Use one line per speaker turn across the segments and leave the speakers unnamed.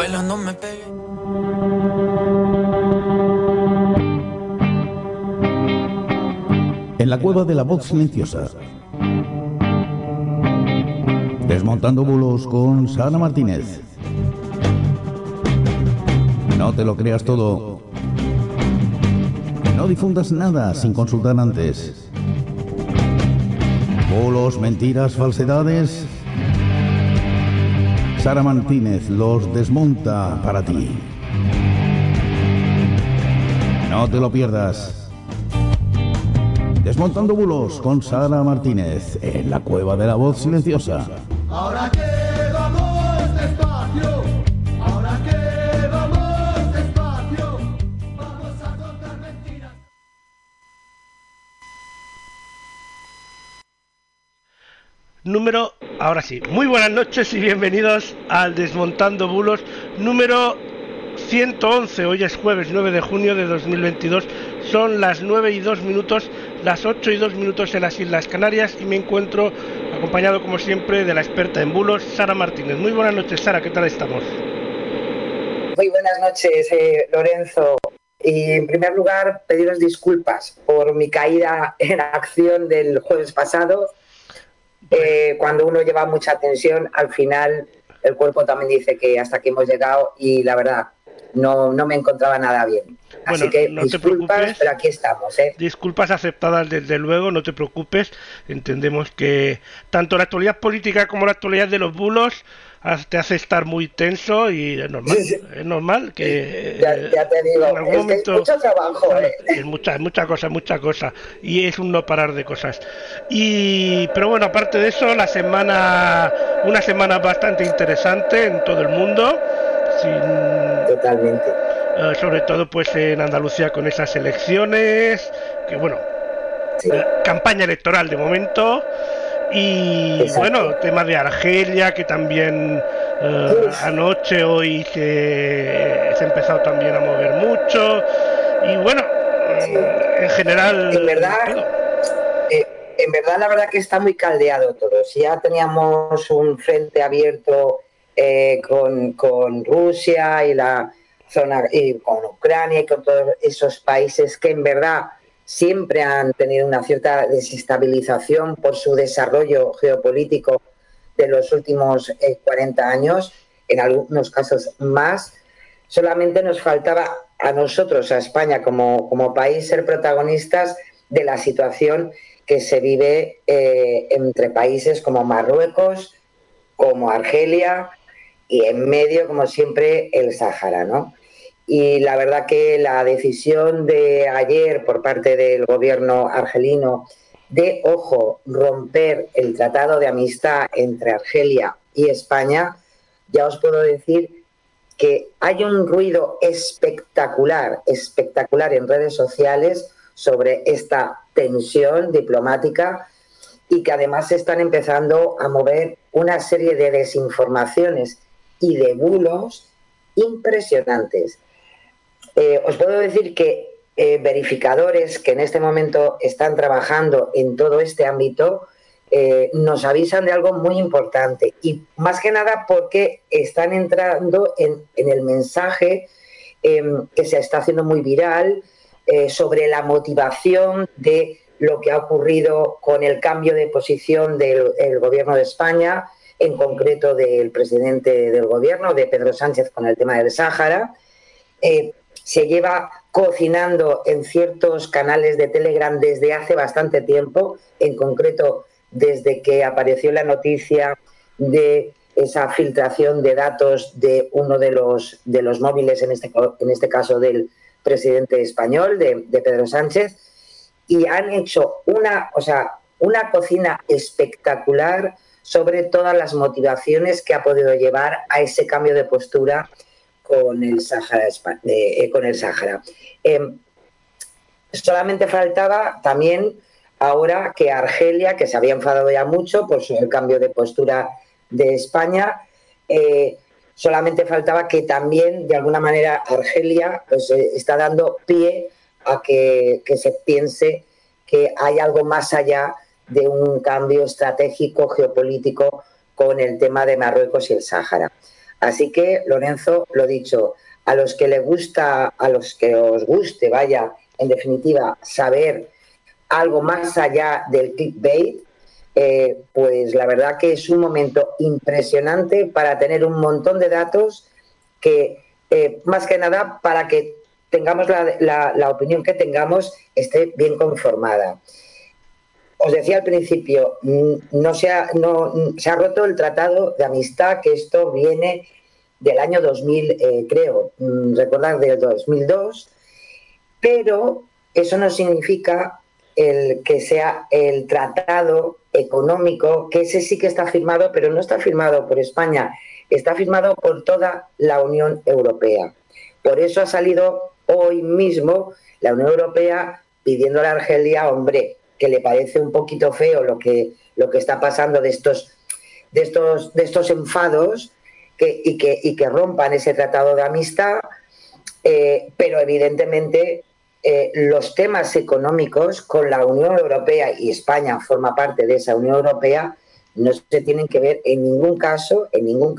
bailando me pegué.
En la cueva de la voz silenciosa. Desmontando bulos con Sara Martínez. No te lo creas todo. No difundas nada sin consultar antes. Bulos, mentiras, falsedades. Sara Martínez los desmonta para ti. No te lo pierdas. Desmontando bulos con Sara Martínez en la cueva de la voz silenciosa.
Ahora que vamos despacio, ahora que vamos despacio, vamos a contar mentiras.
Ahora sí, muy buenas noches y bienvenidos al Desmontando Bulos número 111. Hoy es jueves 9 de junio de 2022, son las 9:02, las 8:02 en las Islas Canarias y me encuentro acompañado como siempre de la experta en bulos, Sara Martínez. Muy buenas noches, Sara, ¿qué tal estamos?
Muy buenas noches, Lorenzo. Y en primer lugar, pediros disculpas por mi caída en acción del jueves pasado. Cuando uno lleva mucha tensión, al final el cuerpo también dice que hasta aquí hemos llegado y la verdad no me encontraba nada bien. Así que
no
disculpas, pero aquí estamos.
Disculpas aceptadas desde luego, no te preocupes. Entendemos que tanto la actualidad política como la actualidad de los bulos te hace estar muy tenso y es normal, es normal que
ya te digo,
en algún momento,
que es mucho trabajo,
es mucha cosa y es un no parar de cosas. Pero bueno, aparte de eso, una semana bastante interesante en todo el mundo,
totalmente.
Sobre todo pues en Andalucía con esas elecciones, que bueno,
sí.
Campaña electoral de momento. Y
exacto.
Bueno, tema de Argelia, que también anoche, hoy se ha empezado también a mover mucho. Y bueno,
sí.
En general...
En verdad, la verdad que está muy caldeado todo. Si ya teníamos un frente abierto con Rusia y la zona, y con Ucrania y con todos esos países que en verdad siempre han tenido una cierta desestabilización por su desarrollo geopolítico de los últimos 40 años, en algunos casos más. Solamente nos faltaba a nosotros, a España como país, ser protagonistas de la situación que se vive entre países como Marruecos, como Argelia y en medio, como siempre, el Sáhara, ¿no? Y la verdad que la decisión de ayer por parte del gobierno argelino de, ojo, romper el tratado de amistad entre Argelia y España, ya os puedo decir que hay un ruido espectacular en redes sociales sobre esta tensión diplomática y que además se están empezando a mover una serie de desinformaciones y de bulos impresionantes. Os puedo decir que verificadores que en este momento están trabajando en todo este ámbito nos avisan de algo muy importante y más que nada porque están entrando en el mensaje que se está haciendo muy viral sobre la motivación de lo que ha ocurrido con el cambio de posición del gobierno de España, en concreto del presidente del gobierno, de Pedro Sánchez, con el tema del Sáhara. Se lleva cocinando en ciertos canales de Telegram desde hace bastante tiempo, en concreto desde que apareció la noticia de esa filtración de datos de uno de los móviles, en este caso del presidente español, de Pedro Sánchez, y han hecho una cocina espectacular sobre todas las motivaciones que ha podido llevar a ese cambio de postura con el Sáhara. Solamente faltaba también ahora que Argelia, que se había enfadado ya mucho por el cambio de postura de España, solamente faltaba que también de alguna manera Argelia pues, está dando pie a que se piense que hay algo más allá de un cambio estratégico geopolítico con el tema de Marruecos y el Sáhara. Así que, Lorenzo, lo dicho, a los que les gusta, a los que os guste, vaya, en definitiva, saber algo más allá del clickbait, pues la verdad que es un momento impresionante para tener un montón de datos que, más que nada, para que tengamos la opinión que tengamos, esté bien conformada. Os decía al principio, se ha roto el tratado de amistad, que esto viene del año 2000, creo, recordar del 2002, pero eso no significa que sea el tratado económico, que ese sí que está firmado, pero no está firmado por España, está firmado por toda la Unión Europea. Por eso ha salido hoy mismo la Unión Europea pidiéndole a Argelia, hombre, que le parece un poquito feo lo que está pasando de estos enfados, y que rompan ese tratado de amistad, pero evidentemente los temas económicos con la Unión Europea, y España forma parte de esa Unión Europea, no se tienen que ver en ningún caso,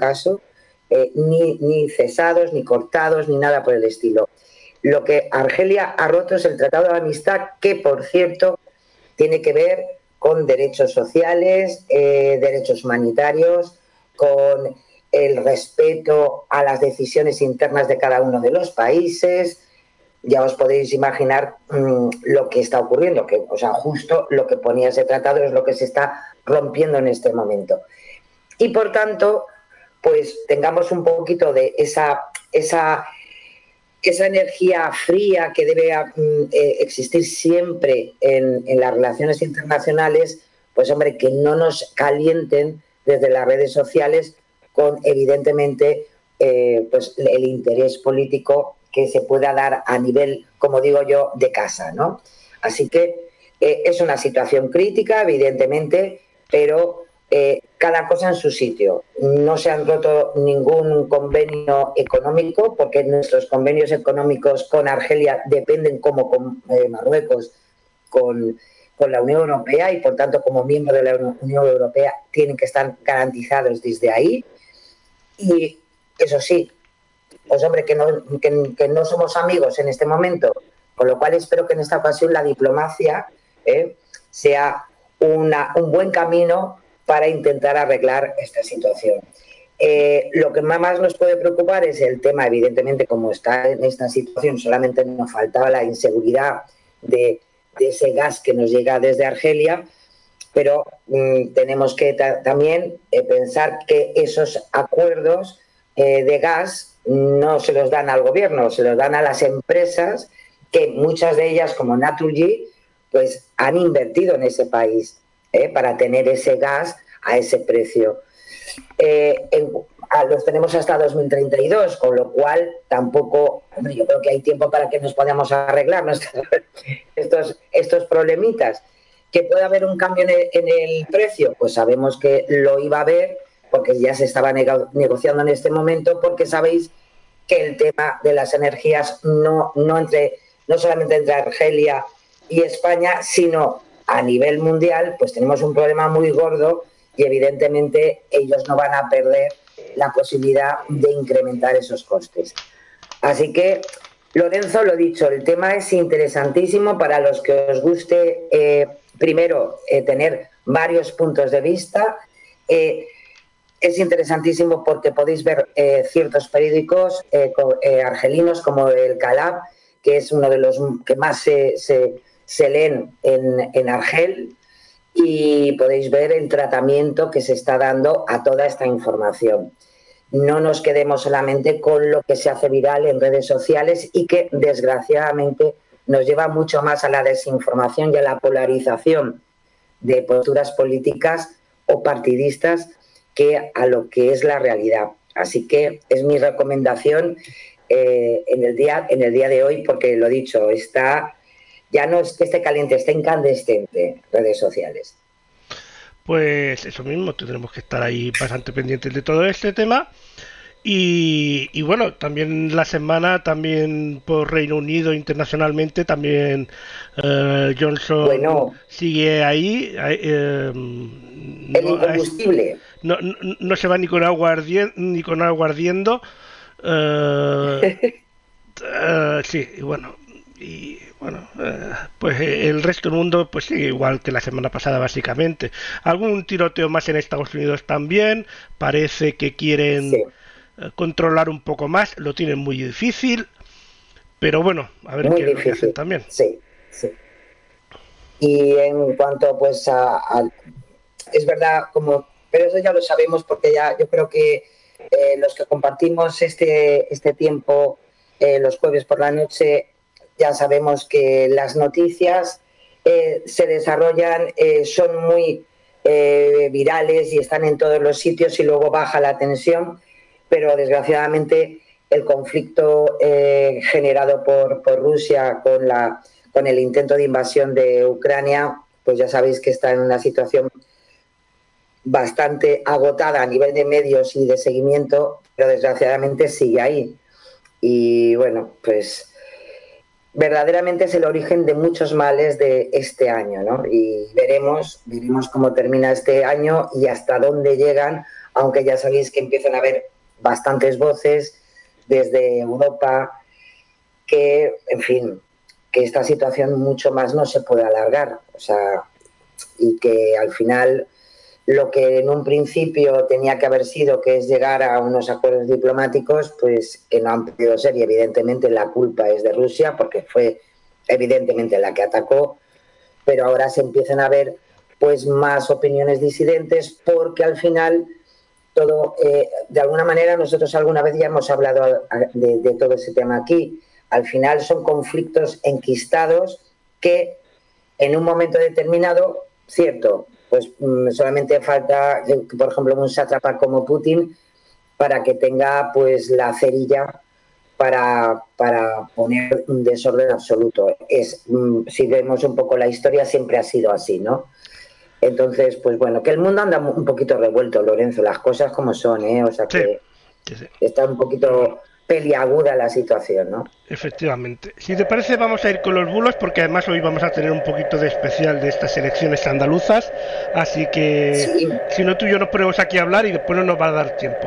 ni cesados, ni cortados, ni nada por el estilo. Lo que Argelia ha roto es el tratado de amistad, que, por cierto, tiene que ver con derechos sociales, derechos humanitarios, con el respeto a las decisiones internas de cada uno de los países. Ya os podéis imaginar lo que está ocurriendo, que, o sea, justo lo que ponía ese tratado es lo que se está rompiendo en este momento. Y por tanto, pues tengamos un poquito de esa energía fría que debe existir siempre en las relaciones internacionales, pues hombre, que no nos calienten desde las redes sociales con, evidentemente, pues el interés político que se pueda dar a nivel, como digo yo, de casa, ¿no? Así que es una situación crítica, evidentemente, pero cada cosa en su sitio. No se han roto ningún convenio económico, porque nuestros convenios económicos con Argelia dependen, como con Marruecos, con la Unión Europea, y por tanto, como miembro de la Unión Europea, tienen que estar garantizados desde ahí. Y eso sí, pues hombre, que no somos amigos en este momento, con lo cual espero que en esta ocasión la diplomacia sea un buen camino para intentar arreglar esta situación. Lo que más nos puede preocupar es el tema, evidentemente, como está en esta situación, solamente nos faltaba la inseguridad de ese gas que nos llega desde Argelia, pero tenemos que también pensar que esos acuerdos de gas no se los dan al gobierno, se los dan a las empresas, que muchas de ellas, como Naturgy, pues han invertido en ese país para tener ese gas a ese precio. Los tenemos hasta 2032, con lo cual tampoco, hombre, yo creo que hay tiempo para que nos podamos arreglar estos problemitas. ¿Que puede haber un cambio en el precio? Pues sabemos que lo iba a haber, porque ya se estaba negociando en este momento, porque sabéis que el tema de las energías no solamente entre Argelia y España, sino a nivel mundial, pues tenemos un problema muy gordo, y evidentemente ellos no van a perder la posibilidad de incrementar esos costes. Así que, Lorenzo, lo dicho, el tema es interesantísimo para los que os guste, primero, tener varios puntos de vista. Es interesantísimo porque podéis ver ciertos periódicos argelinos, como el Calab, que es uno de los que más se leen en Argel, y podéis ver el tratamiento que se está dando a toda esta información. No nos quedemos solamente con lo que se hace viral en redes sociales, y que desgraciadamente nos lleva mucho más a la desinformación y a la polarización de posturas políticas o partidistas que a lo que es la realidad. Así que es mi recomendación en el día de hoy, porque lo dicho, ya no es que esté caliente, está incandescente redes sociales.
Pues eso mismo, tendremos que estar ahí bastante pendientes de todo este tema. Y bueno, también la semana, también por Reino Unido, internacionalmente, también Johnson sigue ahí.
El incombustible.
no se va ni con agua ardiendo. Sí, y bueno, pues el resto del mundo pues sigue igual que la semana pasada básicamente. Algún tiroteo más en Estados Unidos también, parece que quieren controlar un poco más, lo tienen muy difícil, pero bueno, a ver qué es lo que hacen también.
Sí. Y en cuanto pues es verdad, pero eso ya lo sabemos porque ya yo creo que los que compartimos este tiempo los jueves por la noche, ya sabemos que las noticias se desarrollan, son muy virales y están en todos los sitios y luego baja la tensión, pero desgraciadamente el conflicto generado por Rusia con el intento de invasión de Ucrania, pues ya sabéis que está en una situación bastante agotada a nivel de medios y de seguimiento, pero desgraciadamente sigue ahí. Y bueno, pues verdaderamente es el origen de muchos males de este año, ¿no? Y veremos cómo termina este año y hasta dónde llegan, aunque ya sabéis que empiezan a haber bastantes voces desde Europa que, en fin, que esta situación mucho más no se puede alargar, o sea, y que al final lo que en un principio tenía que haber sido, que es llegar a unos acuerdos diplomáticos, pues que no han podido ser, y evidentemente la culpa es de Rusia, porque fue evidentemente la que atacó, pero ahora se empiezan a ver pues más opiniones disidentes, porque al final todo, de alguna manera nosotros alguna vez ya hemos hablado de todo ese tema aquí, al final son conflictos enquistados que en un momento determinado, cierto, pues solamente falta, por ejemplo, un sátrapa como Putin para que tenga pues la cerilla para poner un desorden absoluto. Si vemos un poco la historia, siempre ha sido así, ¿no? Entonces, pues bueno, que el mundo anda un poquito revuelto, Lorenzo, las cosas como son, ¿eh? O sea que sí. Está un poquito peliaguda la situación, ¿no?
Efectivamente. Si te parece, vamos a ir con los bulos, porque además hoy vamos a tener un poquito de especial de estas elecciones andaluzas, así que sí. Si no, tú y yo nos ponemos aquí a hablar y después no nos va a dar tiempo.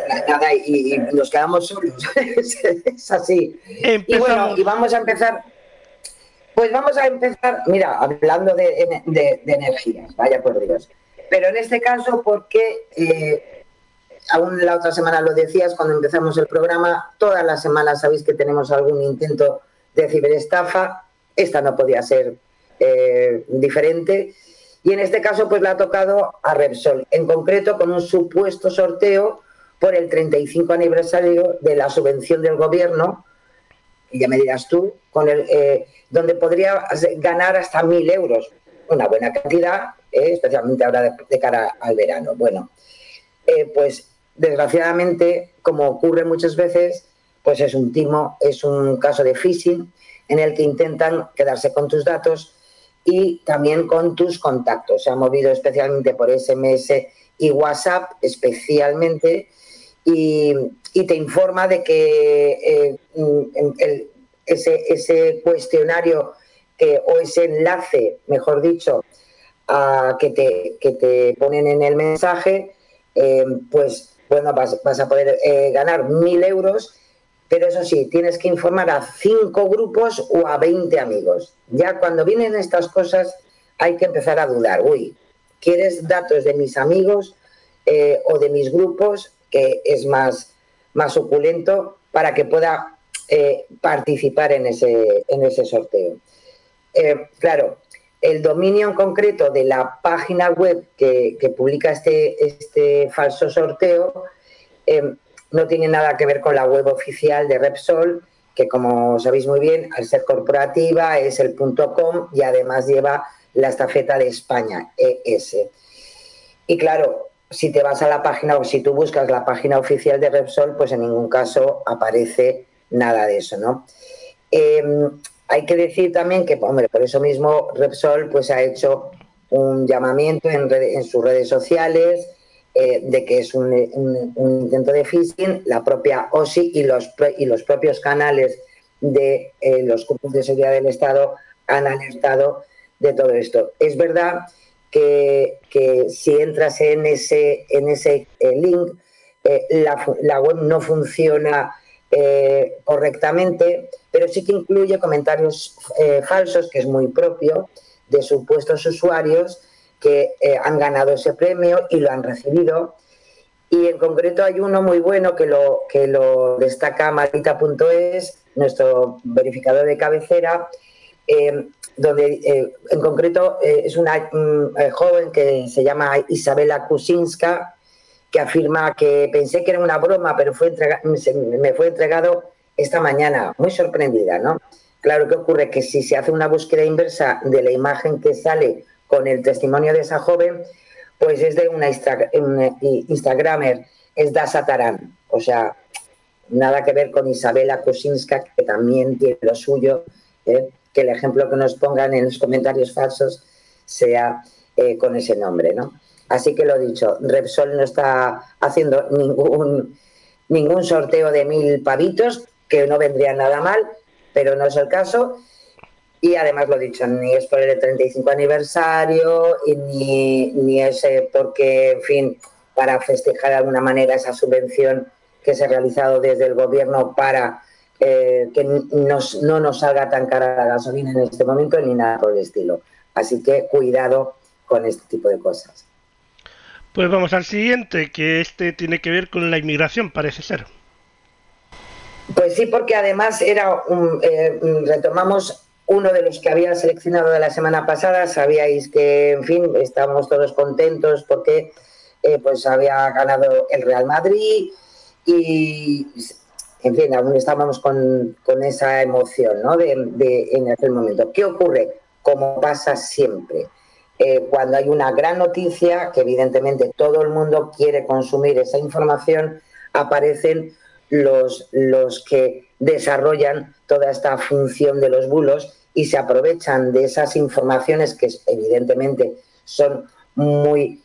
Y nos quedamos solos. Es así. Empezamos. Y bueno, y vamos a empezar. Pues vamos a empezar, mira, hablando de energías, vaya por Dios. Pero en este caso, porque aún la otra semana lo decías cuando empezamos el programa, todas las semanas sabéis que tenemos algún intento de ciberestafa, esta no podía ser diferente, y en este caso pues le ha tocado a Repsol, en concreto con un supuesto sorteo por el 35 aniversario de la subvención del gobierno, y ya me dirás tú, donde podría ganar hasta 1.000 euros, una buena cantidad, especialmente ahora de cara al verano. Bueno, pues desgraciadamente, como ocurre muchas veces, pues es un timo, es un caso de phishing en el que intentan quedarse con tus datos y también con tus contactos. Se ha movido especialmente por SMS y WhatsApp especialmente y te informa de que ese cuestionario o ese enlace, mejor dicho, que te ponen en el mensaje, pues bueno, vas a poder ganar 1.000 euros, pero eso sí, tienes que informar a 5 grupos o a 20 amigos. Ya cuando vienen estas cosas hay que empezar a dudar. Uy, ¿quieres datos de mis amigos o de mis grupos, que es más suculento, para que pueda participar en ese sorteo? Claro, el dominio en concreto de la página web que publica este falso sorteo no tiene nada que ver con la web oficial de Repsol, que como sabéis muy bien, al ser corporativa es el .com y además lleva la estafeta de España, ES. Y claro, si te vas a la página o si tú buscas la página oficial de Repsol, pues en ningún caso aparece nada de eso, ¿no? Hay que decir también que, hombre, por eso mismo Repsol pues ha hecho un llamamiento en sus redes sociales de que es un intento de phishing. La propia OSI y los propios canales de los cuerpos de seguridad del Estado han alertado de todo esto. Es verdad que si entras en ese link, la web no funciona correctamente, pero sí que incluye comentarios falsos, que es muy propio de supuestos usuarios que han ganado ese premio y lo han recibido. Y en concreto hay uno muy bueno que lo destaca Marita.es, nuestro verificador de cabecera, donde en concreto es una joven que se llama Isabela Kuczynska, que afirma que pensé que era una broma, pero me fue entregado esta mañana. Muy sorprendida, ¿no? Claro, ¿qué ocurre? Que si se hace una búsqueda inversa de la imagen que sale con el testimonio de esa joven, pues es de una Instagramer, es Dasha Taran. O sea, nada que ver con Isabela Kuczynska, que también tiene lo suyo, que el ejemplo que nos pongan en los comentarios falsos sea con ese nombre, ¿no? Así que lo dicho, Repsol no está haciendo ningún sorteo de 1000 pavitos, que no vendría nada mal, pero no es el caso. Y además lo dicho, ni es por el 35 aniversario, y ni es porque, en fin, para festejar de alguna manera esa subvención que se ha realizado desde el gobierno para que no nos salga tan cara la gasolina en este momento, ni nada por el estilo. Así que cuidado con este tipo de cosas.
Pues vamos al siguiente, que este tiene que ver con la inmigración, parece ser.
Pues sí, porque además retomamos uno de los que había seleccionado de la semana pasada. Sabíais que, en fin, estábamos todos contentos porque pues había ganado el Real Madrid y, en fin, aún estábamos con esa emoción, ¿no? en aquel momento. ¿Qué ocurre? Como pasa siempre. Cuando hay una gran noticia, que evidentemente todo el mundo quiere consumir esa información, aparecen los que desarrollan toda esta función de los bulos y se aprovechan de esas informaciones que evidentemente son muy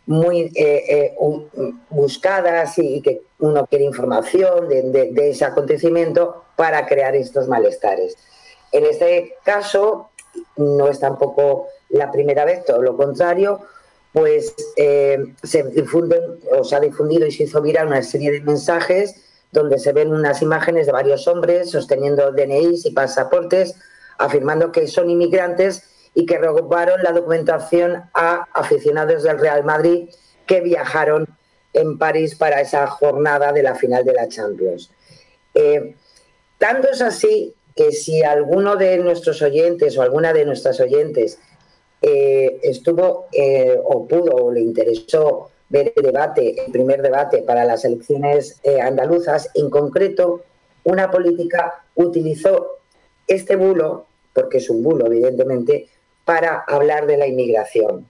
buscadas y que uno quiere información de ese acontecimiento para crear estos malestares. En este caso no es tampoco la primera vez, todo lo contrario, pues se ha difundido y se hizo viral una serie de mensajes donde se ven unas imágenes de varios hombres sosteniendo DNIs y pasaportes, afirmando que son inmigrantes y que robaron la documentación a aficionados del Real Madrid que viajaron en París para esa jornada de la final de la Champions. Tanto es así que si alguno de nuestros oyentes o alguna de nuestras oyentes estuvo o pudo o le interesó ver el primer debate para las elecciones andaluzas, en concreto, una política utilizó este bulo, porque es un bulo, evidentemente, para hablar de la inmigración.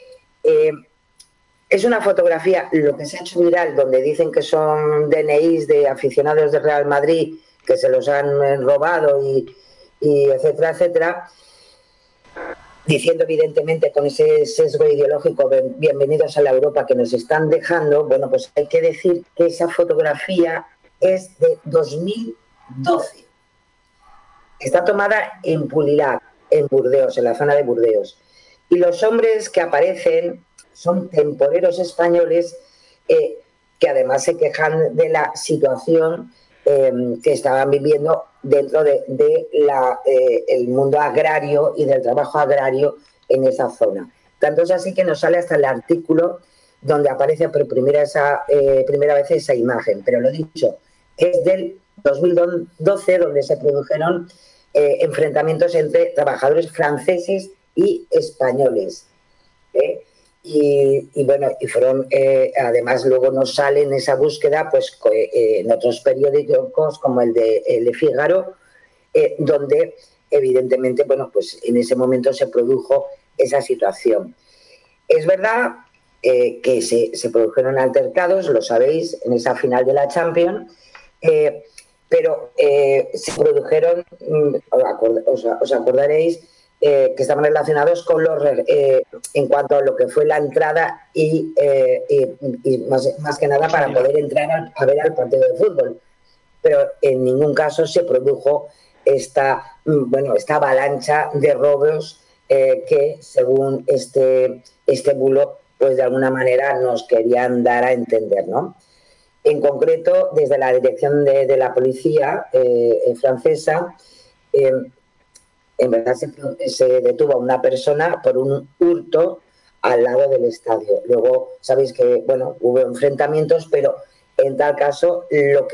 Es una fotografía, lo que se ha hecho viral, donde dicen que son DNIs de aficionados del Real Madrid que se los han robado y etcétera, etcétera, diciendo evidentemente con ese sesgo ideológico, bienvenidos a la Europa que nos están dejando. Bueno, pues hay que decir que esa fotografía es de 2012. Está tomada en Pulilac, en Burdeos, en la zona de Burdeos. Y los hombres que aparecen son temporeros españoles que además se quejan de la situación que estaban viviendo dentro el mundo agrario y del trabajo agrario en esa zona. Tanto es así que nos sale hasta el artículo donde aparece por primera vez esa imagen. Pero lo dicho, es del 2012, donde se produjeron enfrentamientos entre trabajadores franceses y españoles. Y bueno, y fueron, además luego nos sale en esa búsqueda, pues en otros periódicos como el de Le Figaro, donde evidentemente, bueno, pues en ese momento se produjo esa situación. Es verdad que se produjeron altercados, lo sabéis, en esa final de la Champions, pero se produjeron, os acordaréis, que estaban relacionados con en cuanto a lo que fue la entrada y más que nada para poder entrar a ver al partido de fútbol. Pero en ningún caso se produjo esta avalancha de robos que según este bulo, pues de alguna manera nos querían dar a entender, ¿no? En concreto, desde la dirección de la policía francesa, en verdad se detuvo a una persona por un hurto al lado del estadio. Luego, sabéis que, bueno, hubo enfrentamientos, pero en tal caso,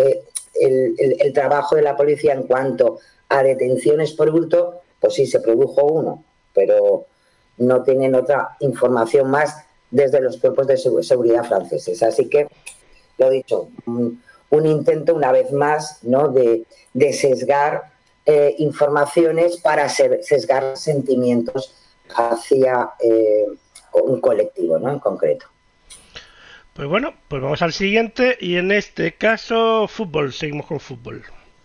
el trabajo de la policía en cuanto a detenciones por hurto, pues sí, se produjo uno, pero no tienen otra información más desde los cuerpos de seguridad franceses. Así que, lo dicho, un intento una vez más, ¿no?, de sesgar informaciones para sesgar sentimientos hacia un colectivo, ¿no?, en concreto.
Pues bueno, pues vamos al siguiente y en este caso fútbol, seguimos con fútbol.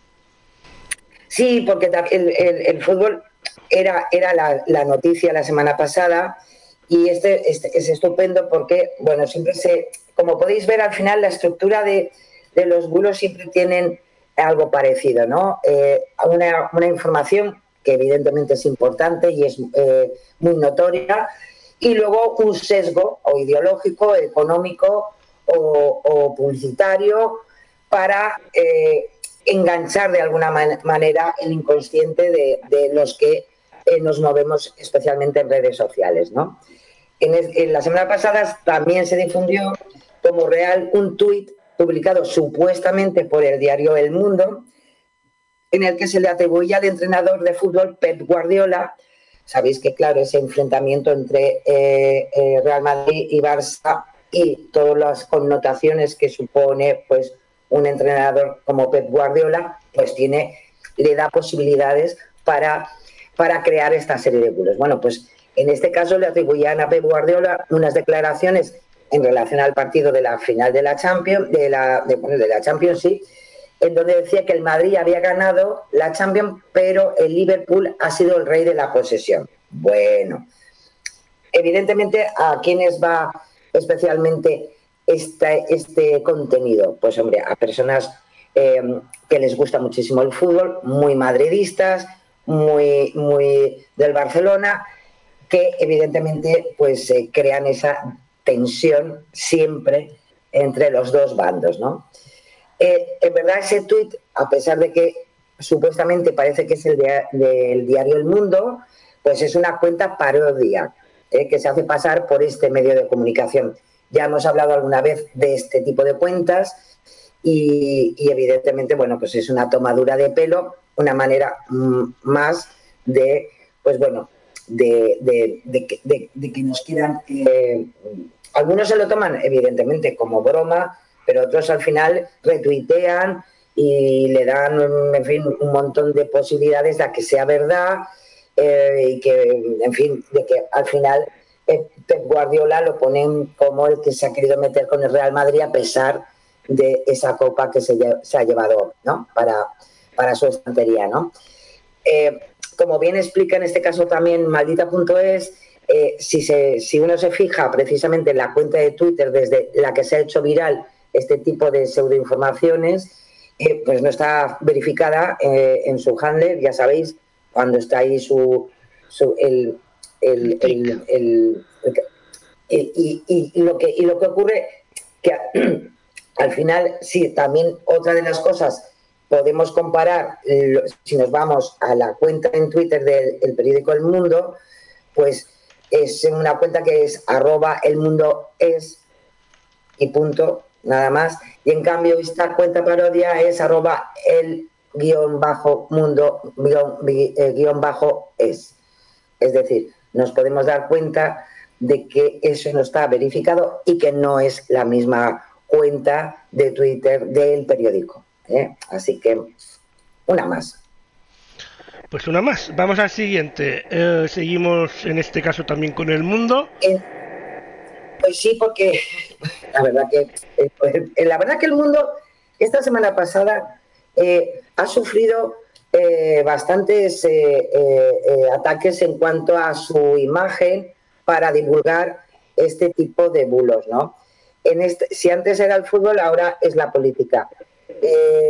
Sí, porque el fútbol era la noticia la semana pasada y este es estupendo porque, bueno, siempre como podéis ver al final la estructura de los bulos siempre tienen algo parecido, ¿no? Una información que evidentemente es importante y es muy notoria, y luego un sesgo o ideológico, económico o publicitario para enganchar de alguna manera el inconsciente de los que nos movemos especialmente en redes sociales, ¿no? En la semana pasada también se difundió como real un tuit publicado supuestamente por el diario El Mundo, en el que se le atribuía al entrenador de fútbol Pep Guardiola. Sabéis que, claro, ese enfrentamiento entre Real Madrid y Barça y todas las connotaciones que supone, pues, un entrenador como Pep Guardiola, pues le da posibilidades para crear esta serie de bulos. Bueno, pues en este caso le atribuían a Pep Guardiola unas declaraciones en relación al partido de la final de la Champions, de la Champions, sí, en donde decía que el Madrid había ganado la Champions, pero el Liverpool ha sido el rey de la posesión. Bueno, evidentemente, ¿a quiénes va especialmente este contenido? Pues, hombre, a personas que les gusta muchísimo el fútbol, muy madridistas, muy del Barcelona, que evidentemente pues crean esa tensión siempre entre los dos bandos, ¿no? En verdad, ese tuit, a pesar de que supuestamente parece que es del diario El Mundo, pues es una cuenta parodia que se hace pasar por este medio de comunicación. Ya hemos hablado alguna vez de este tipo de cuentas y evidentemente, bueno, pues es una tomadura de pelo, una manera más de, pues bueno, de que nos quieran... algunos se lo toman evidentemente como broma, pero otros al final retuitean y le dan, en fin, un montón de posibilidades de que sea verdad y que, en fin, de que al final Pep Guardiola lo ponen como el que se ha querido meter con el Real Madrid a pesar de esa copa que se ha llevado, ¿no?, para su estantería, ¿no? Como bien explica en este caso también Maldita.es, si uno se fija precisamente en la cuenta de Twitter desde la que se ha hecho viral este tipo de pseudoinformaciones, pues no está verificada en su handle, ya sabéis, cuando está ahí y lo que ocurre que al final, sí, también otra de las cosas podemos comparar, si nos vamos a la cuenta en Twitter del periódico El Mundo, pues es una cuenta que es @elmundoes y punto, nada más, y en cambio esta cuenta parodia es @el_mundo_es. Es decir, nos podemos dar cuenta de que eso no está verificado y que no es la misma cuenta de Twitter del periódico, ¿eh? Así que una más.
Pues una más. Vamos al siguiente. Seguimos en este caso también con El Mundo.
Pues sí, porque la verdad que El Mundo esta semana pasada ha sufrido bastantes ataques en cuanto a su imagen para divulgar este tipo de bulos, ¿no? Si antes era el fútbol, ahora es la política,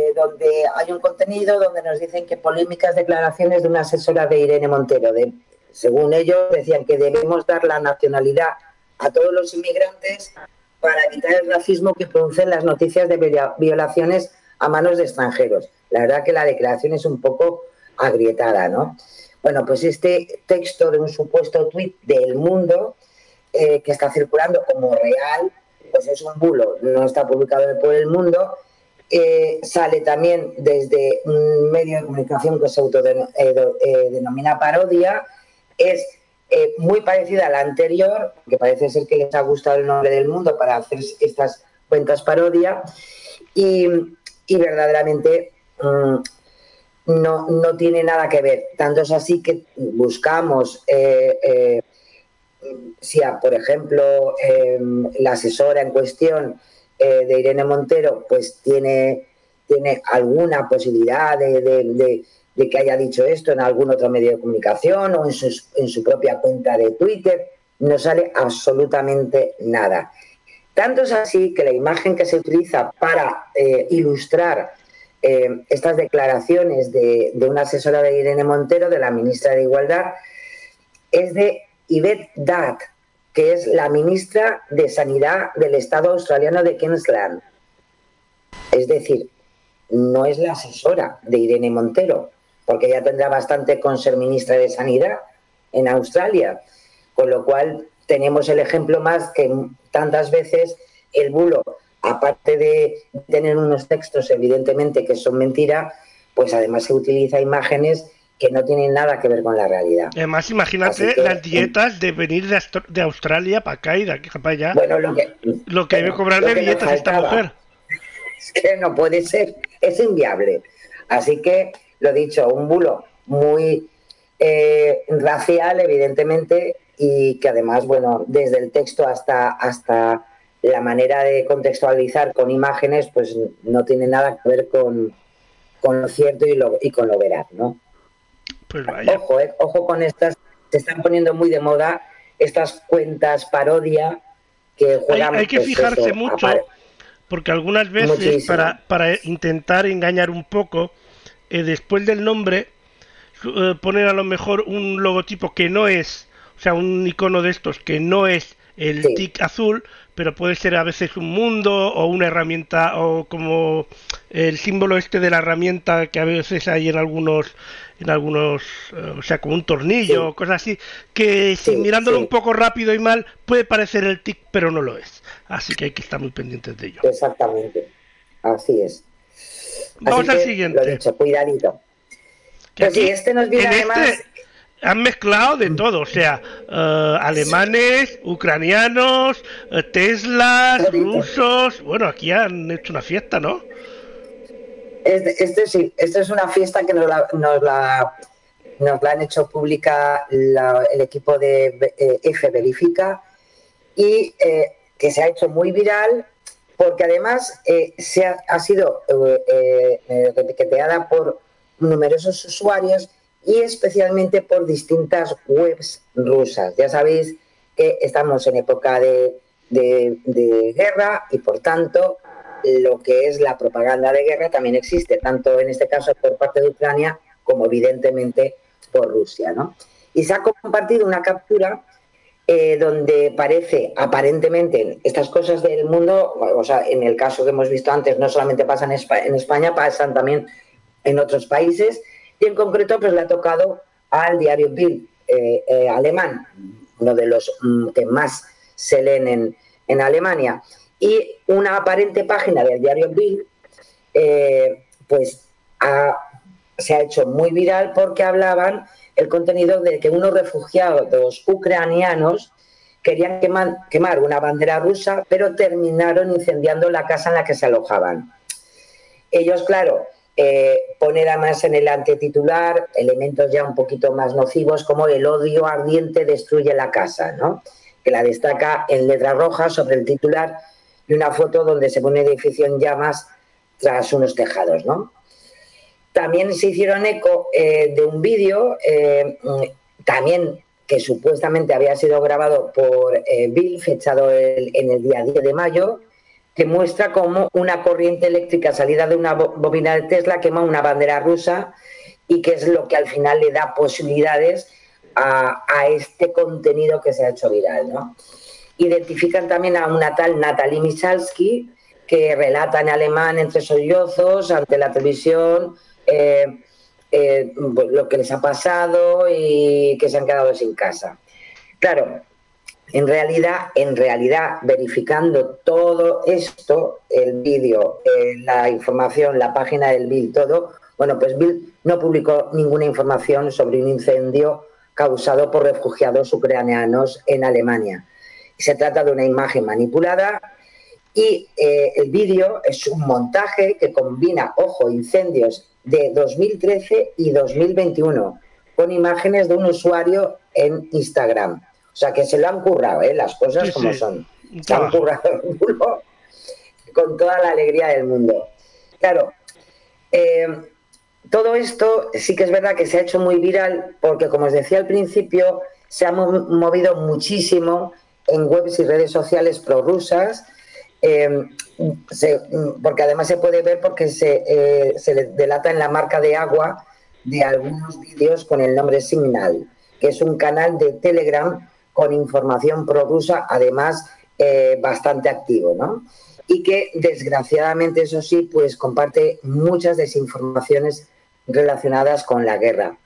donde hay un contenido donde nos dicen que polémicas declaraciones de una asesora de Irene Montero, según ellos, decían que debemos dar la nacionalidad a todos los inmigrantes para evitar el racismo que producen las noticias de violaciones a manos de extranjeros. La verdad que la declaración es un poco agrietada, ¿no? Bueno, pues este texto de un supuesto tuit del Mundo que está circulando como real, pues es un bulo, no está publicado por El Mundo, sale también desde un medio de comunicación que se autodenomina Parodia, es muy parecida a la anterior, que parece ser que les ha gustado el nombre del Mundo para hacer estas cuentas parodia, y verdaderamente no tiene nada que ver. Tanto es así que buscamos si, por ejemplo, la asesora en cuestión de Irene Montero, pues tiene alguna posibilidad de que haya dicho esto en algún otro medio de comunicación o en su propia cuenta de Twitter. No sale absolutamente nada. Tanto es así que la imagen que se utiliza para ilustrar estas declaraciones de una asesora de Irene Montero, de la ministra de Igualdad, es de Yvette Dutt, que es la ministra de Sanidad del Estado australiano de Queensland. Es decir, no es la asesora de Irene Montero, porque ya tendrá bastante con ser ministra de Sanidad en Australia, con lo cual tenemos el ejemplo más que tantas veces el bulo, aparte de tener unos textos evidentemente que son mentira, pues además se utiliza imágenes que no tienen nada que ver con la realidad.
Además, imagínate las dietas de venir de Australia para acá y de aquí para allá.
Bueno,
lo que debe cobrar de dietas esta mujer.
Es que no puede ser, es inviable. Así que, lo dicho, un bulo muy racial, evidentemente, y que además, bueno, desde el texto hasta la manera de contextualizar con imágenes, pues no tiene nada que ver con lo cierto y con lo veraz, ¿no?
Pues vaya.
Ojo con estas, se están poniendo muy de moda estas cuentas parodia que juegan...
Hay que
pues
fijarse
eso,
mucho, porque algunas veces para intentar engañar un poco, después del nombre ponen a lo mejor un logotipo que no es, o sea, un icono de estos que no es el tic azul, pero puede ser a veces un mundo o una herramienta, o como el símbolo este de la herramienta que a veces hay en algunos o sea, como un tornillo o cosas así, que si mirándolo un poco rápido y mal puede parecer el tic, pero no lo es, así que hay que estar muy pendientes de ello.
Exactamente, así es.
Vamos al siguiente.
Lo dicho, cuidadito. Pues sí, este nos viene además...
Han mezclado de todo, o sea, alemanes, ucranianos, Teslas, rusos... Bueno, aquí han hecho una fiesta, ¿no?
Esta es una fiesta que nos la han hecho pública el equipo de F Verifica y que se ha hecho muy viral porque además ha sido etiquetada por numerosos usuarios y especialmente por distintas webs rusas. Ya sabéis que estamos en época de guerra y por tanto lo que es la propaganda de guerra también existe, tanto en este caso por parte de Ucrania como evidentemente por Rusia, ¿no? Y se ha compartido una captura donde parece aparentemente estas cosas del mundo, o sea, en el caso que hemos visto antes, no solamente pasan en España, pasan también en otros países, y en concreto pues le ha tocado al diario Bild alemán, uno de los que más se leen en Alemania. Y una aparente página del diario Bild se ha hecho muy viral porque hablaban el contenido de que unos refugiados ucranianos querían quemar una bandera rusa, pero terminaron incendiando la casa en la que se alojaban. Ellos, claro, ponen además en el antetitular elementos ya un poquito más nocivos como el odio ardiente destruye la casa, ¿no? Que la destaca en letras rojas sobre el titular y una foto donde se pone un edificio en llamas tras unos tejados, ¿no? También se hicieron eco de un vídeo, también que supuestamente había sido grabado por Bill, fechado en el día 10 de mayo, que muestra cómo una corriente eléctrica salida de una bobina de Tesla quema una bandera rusa y que es lo que al final le da posibilidades a este contenido que se ha hecho viral, ¿no? Identifican también a una tal Natalie Michalski, que relata en alemán entre sollozos ante la televisión lo que les ha pasado y que se han quedado sin casa. Claro, en realidad, verificando todo esto, el vídeo, la información, la página del Bild, todo, bueno, pues Bild no publicó ninguna información sobre un incendio causado por refugiados ucranianos en Alemania. Se trata de una imagen manipulada y el vídeo es un montaje que combina, ojo, incendios de 2013 y 2021 con imágenes de un usuario en Instagram. O sea, que se lo han currado, las cosas como son. Se han currado el culo con toda la alegría del mundo. Claro, todo esto sí que es verdad que se ha hecho muy viral porque, como os decía al principio, se ha movido muchísimo en webs y redes sociales prorrusas, porque además se puede ver porque se delata en la marca de agua de algunos vídeos con el nombre Signal, que es un canal de Telegram con información prorrusa, además bastante activo, ¿no? Y que desgraciadamente, eso sí, pues comparte muchas desinformaciones relacionadas con la guerra.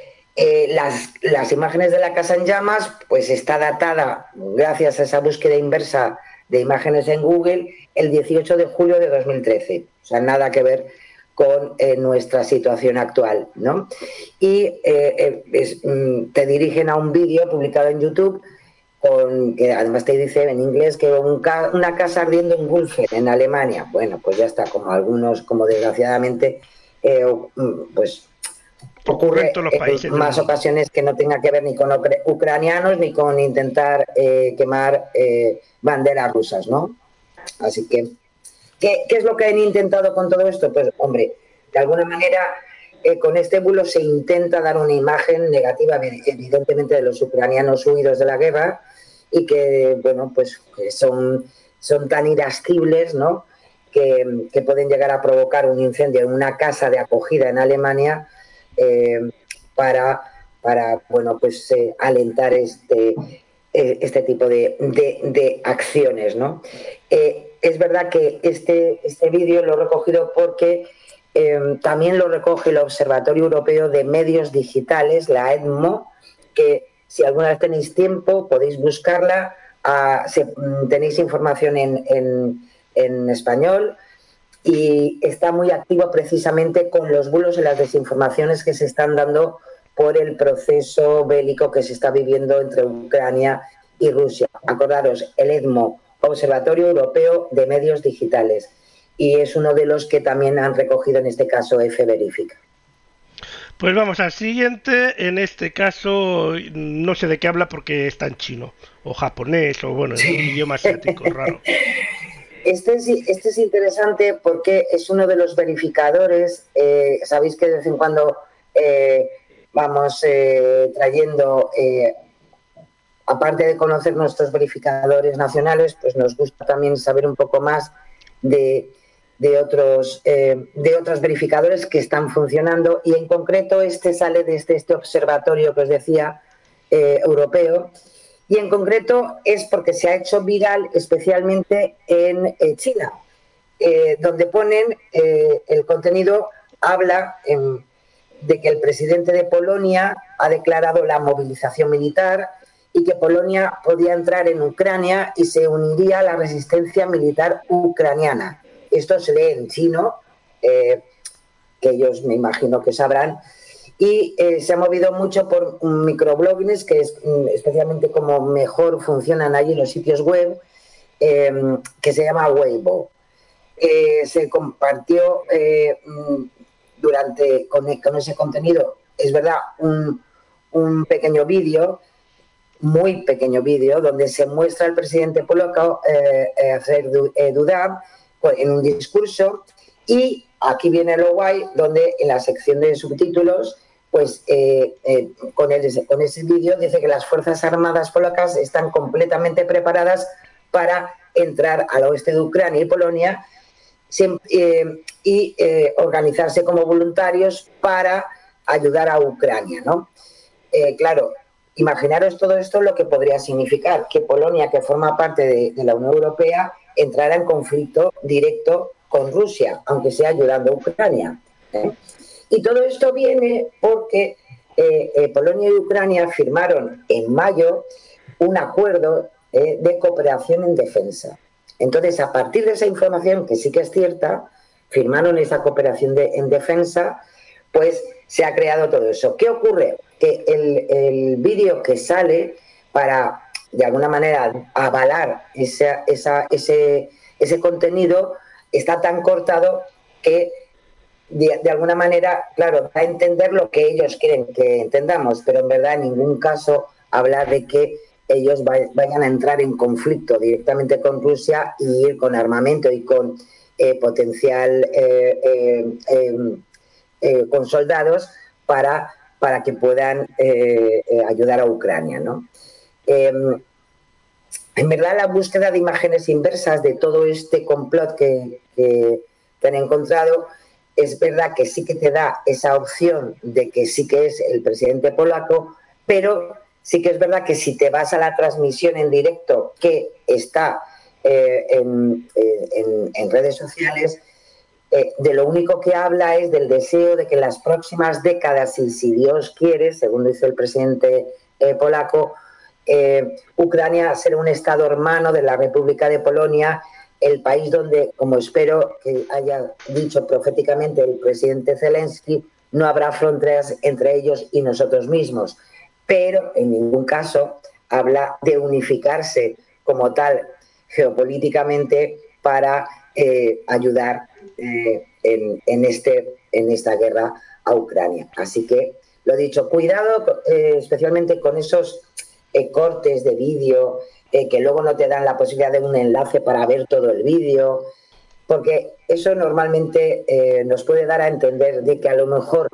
Las imágenes de la casa en llamas, pues está datada, gracias a esa búsqueda inversa de imágenes en Google, el 18 de julio de 2013. O sea, nada que ver con nuestra situación actual, ¿no? Y te dirigen a un vídeo publicado en YouTube que además te dice en inglés que una casa ardiendo en Gulfen, en Alemania. Bueno, pues ya está, como algunos, como desgraciadamente, pues ocurre en más ocasiones que no tenga que ver ni con ucranianos ni con intentar quemar banderas rusas, ¿no? Así que, ¿qué es lo que han intentado con todo esto? Pues, hombre, de alguna manera, con este bulo se intenta dar una imagen negativa, evidentemente, de los ucranianos huidos de la guerra y que, bueno, pues son tan irascibles, ¿no?, que pueden llegar a provocar un incendio en una casa de acogida en Alemania para bueno, pues alentar este tipo de acciones, ¿no? Es verdad que este vídeo lo he recogido porque también lo recoge el Observatorio Europeo de Medios Digitales, la EDMO, que si alguna vez tenéis tiempo podéis buscarla, tenéis información en español, y está muy activo precisamente con los bulos y las desinformaciones que se están dando por el proceso bélico que se está viviendo entre Ucrania y Rusia. Acordaros, el EDMO, Observatorio Europeo de Medios Digitales, y es uno de los que también han recogido en este caso F-Verifica.
Pues vamos al siguiente. En este caso no sé de qué habla porque está en chino o japonés o bueno, en un idioma asiático raro.
Este es interesante porque es uno de los verificadores. Sabéis que de vez en cuando vamos trayendo, aparte de conocer nuestros verificadores nacionales, pues nos gusta también saber un poco más de otros verificadores que están funcionando, y en concreto este sale desde este observatorio que os decía, europeo, y en concreto es porque se ha hecho viral especialmente en China, donde ponen el contenido, habla de que el presidente de Polonia ha declarado la movilización militar y que Polonia podía entrar en Ucrania y se uniría a la resistencia militar ucraniana. Esto se lee en chino, que ellos me imagino que sabrán, y se ha movido mucho por microbloggings, que es especialmente como mejor funcionan allí los sitios web, que se llama Weibo. Se compartió con ese contenido, es verdad, un pequeño vídeo, muy pequeño vídeo, donde se muestra al presidente polaco Duda en un discurso, y aquí viene lo guay, donde en la sección de subtítulos, pues con ese vídeo dice que las Fuerzas Armadas polacas están completamente preparadas para entrar al oeste de Ucrania y Polonia y organizarse como voluntarios para ayudar a Ucrania, ¿no? Claro, imaginaros todo esto lo que podría significar que Polonia, que forma parte de la Unión Europea, entrara en conflicto directo con Rusia, aunque sea ayudando a Ucrania. Y todo esto viene porque Polonia y Ucrania firmaron en mayo un acuerdo de cooperación en defensa. Entonces, a partir de esa información, que sí que es cierta, firmaron esa cooperación en defensa, pues se ha creado todo eso. ¿Qué ocurre? Que el vídeo que sale para, de alguna manera, avalar ese contenido está tan cortado que de alguna manera, claro, da a entender lo que ellos quieren que entendamos, pero en verdad en ningún caso habla de que ellos vayan a entrar en conflicto directamente con Rusia y ir con armamento y con potencial con soldados para que puedan ayudar a Ucrania, ¿no? En verdad, la búsqueda de imágenes inversas de todo este complot que han encontrado, es verdad que sí que te da esa opción de que sí que es el presidente polaco, pero sí que es verdad que si te vas a la transmisión en directo que está en redes sociales, de lo único que habla es del deseo de que en las próximas décadas, y si Dios quiere, según dice el presidente polaco, Ucrania será un estado hermano de la República de Polonia, el país donde, como espero que haya dicho proféticamente el presidente Zelensky, no habrá fronteras entre ellos y nosotros mismos. Pero en ningún caso habla de unificarse como tal geopolíticamente para ayudar en esta guerra a Ucrania. Así que, lo dicho, cuidado especialmente con esos cortes de vídeo que luego no te dan la posibilidad de un enlace para ver todo el vídeo, porque eso normalmente nos puede dar a entender de que a lo mejor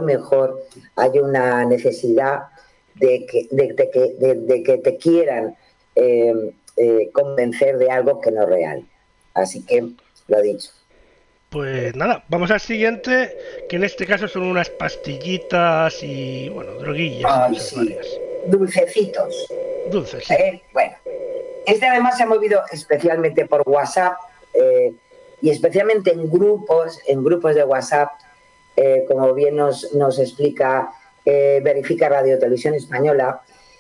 hay una necesidad de que te quieran convencer de algo que no es real. Así que, lo dicho.
Pues nada, vamos al siguiente, que en este caso son unas pastillitas y, bueno, droguillas.
Ay, sí. Varias. Dulcecitos.
Dulces, sí.
Bueno, este además se ha movido especialmente por WhatsApp y especialmente en grupos de WhatsApp, como bien nos explica Verifica Radio Televisión Española,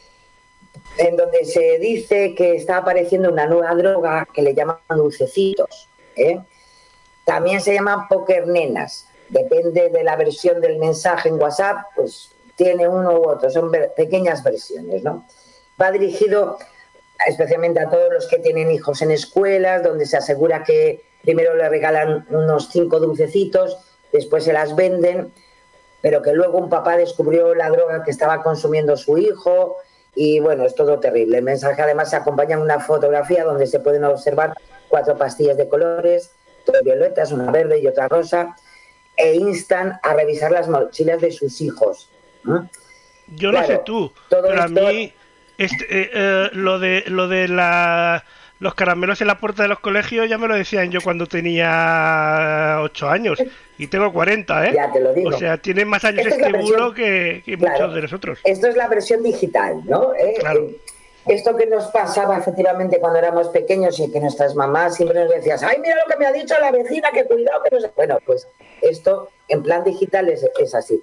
en donde se dice que está apareciendo una nueva droga que le llaman dulcecitos. También se llaman pokernenas. Depende de la versión del mensaje en WhatsApp, pues tiene uno u otro, son pequeñas versiones, ¿no? Va dirigido especialmente a todos los que tienen hijos en escuelas, donde se asegura que primero le regalan unos 5 dulcecitos, después se las venden, pero que luego un papá descubrió la droga que estaba consumiendo su hijo y bueno, es todo terrible. El mensaje además se acompaña de una fotografía donde se pueden observar 4 pastillas de colores, 2 violetas, una verde y otra rosa, e instan a revisar las mochilas de sus hijos.
Yo no sé tú, pero a mí lo de los caramelos en la puerta de los colegios ya me lo decían yo cuando tenía 8 años y tengo 40, ¿eh?
Ya te lo digo.
O sea, tiene más años este bulo que muchos de nosotros.
Esto es la versión digital, ¿no?
Claro.
Esto que nos pasaba efectivamente cuando éramos pequeños y que nuestras mamás siempre nos decían, ¡ay, mira lo que me ha dicho la vecina, que cuidado! Que no sé. Bueno, pues esto en plan digital es así.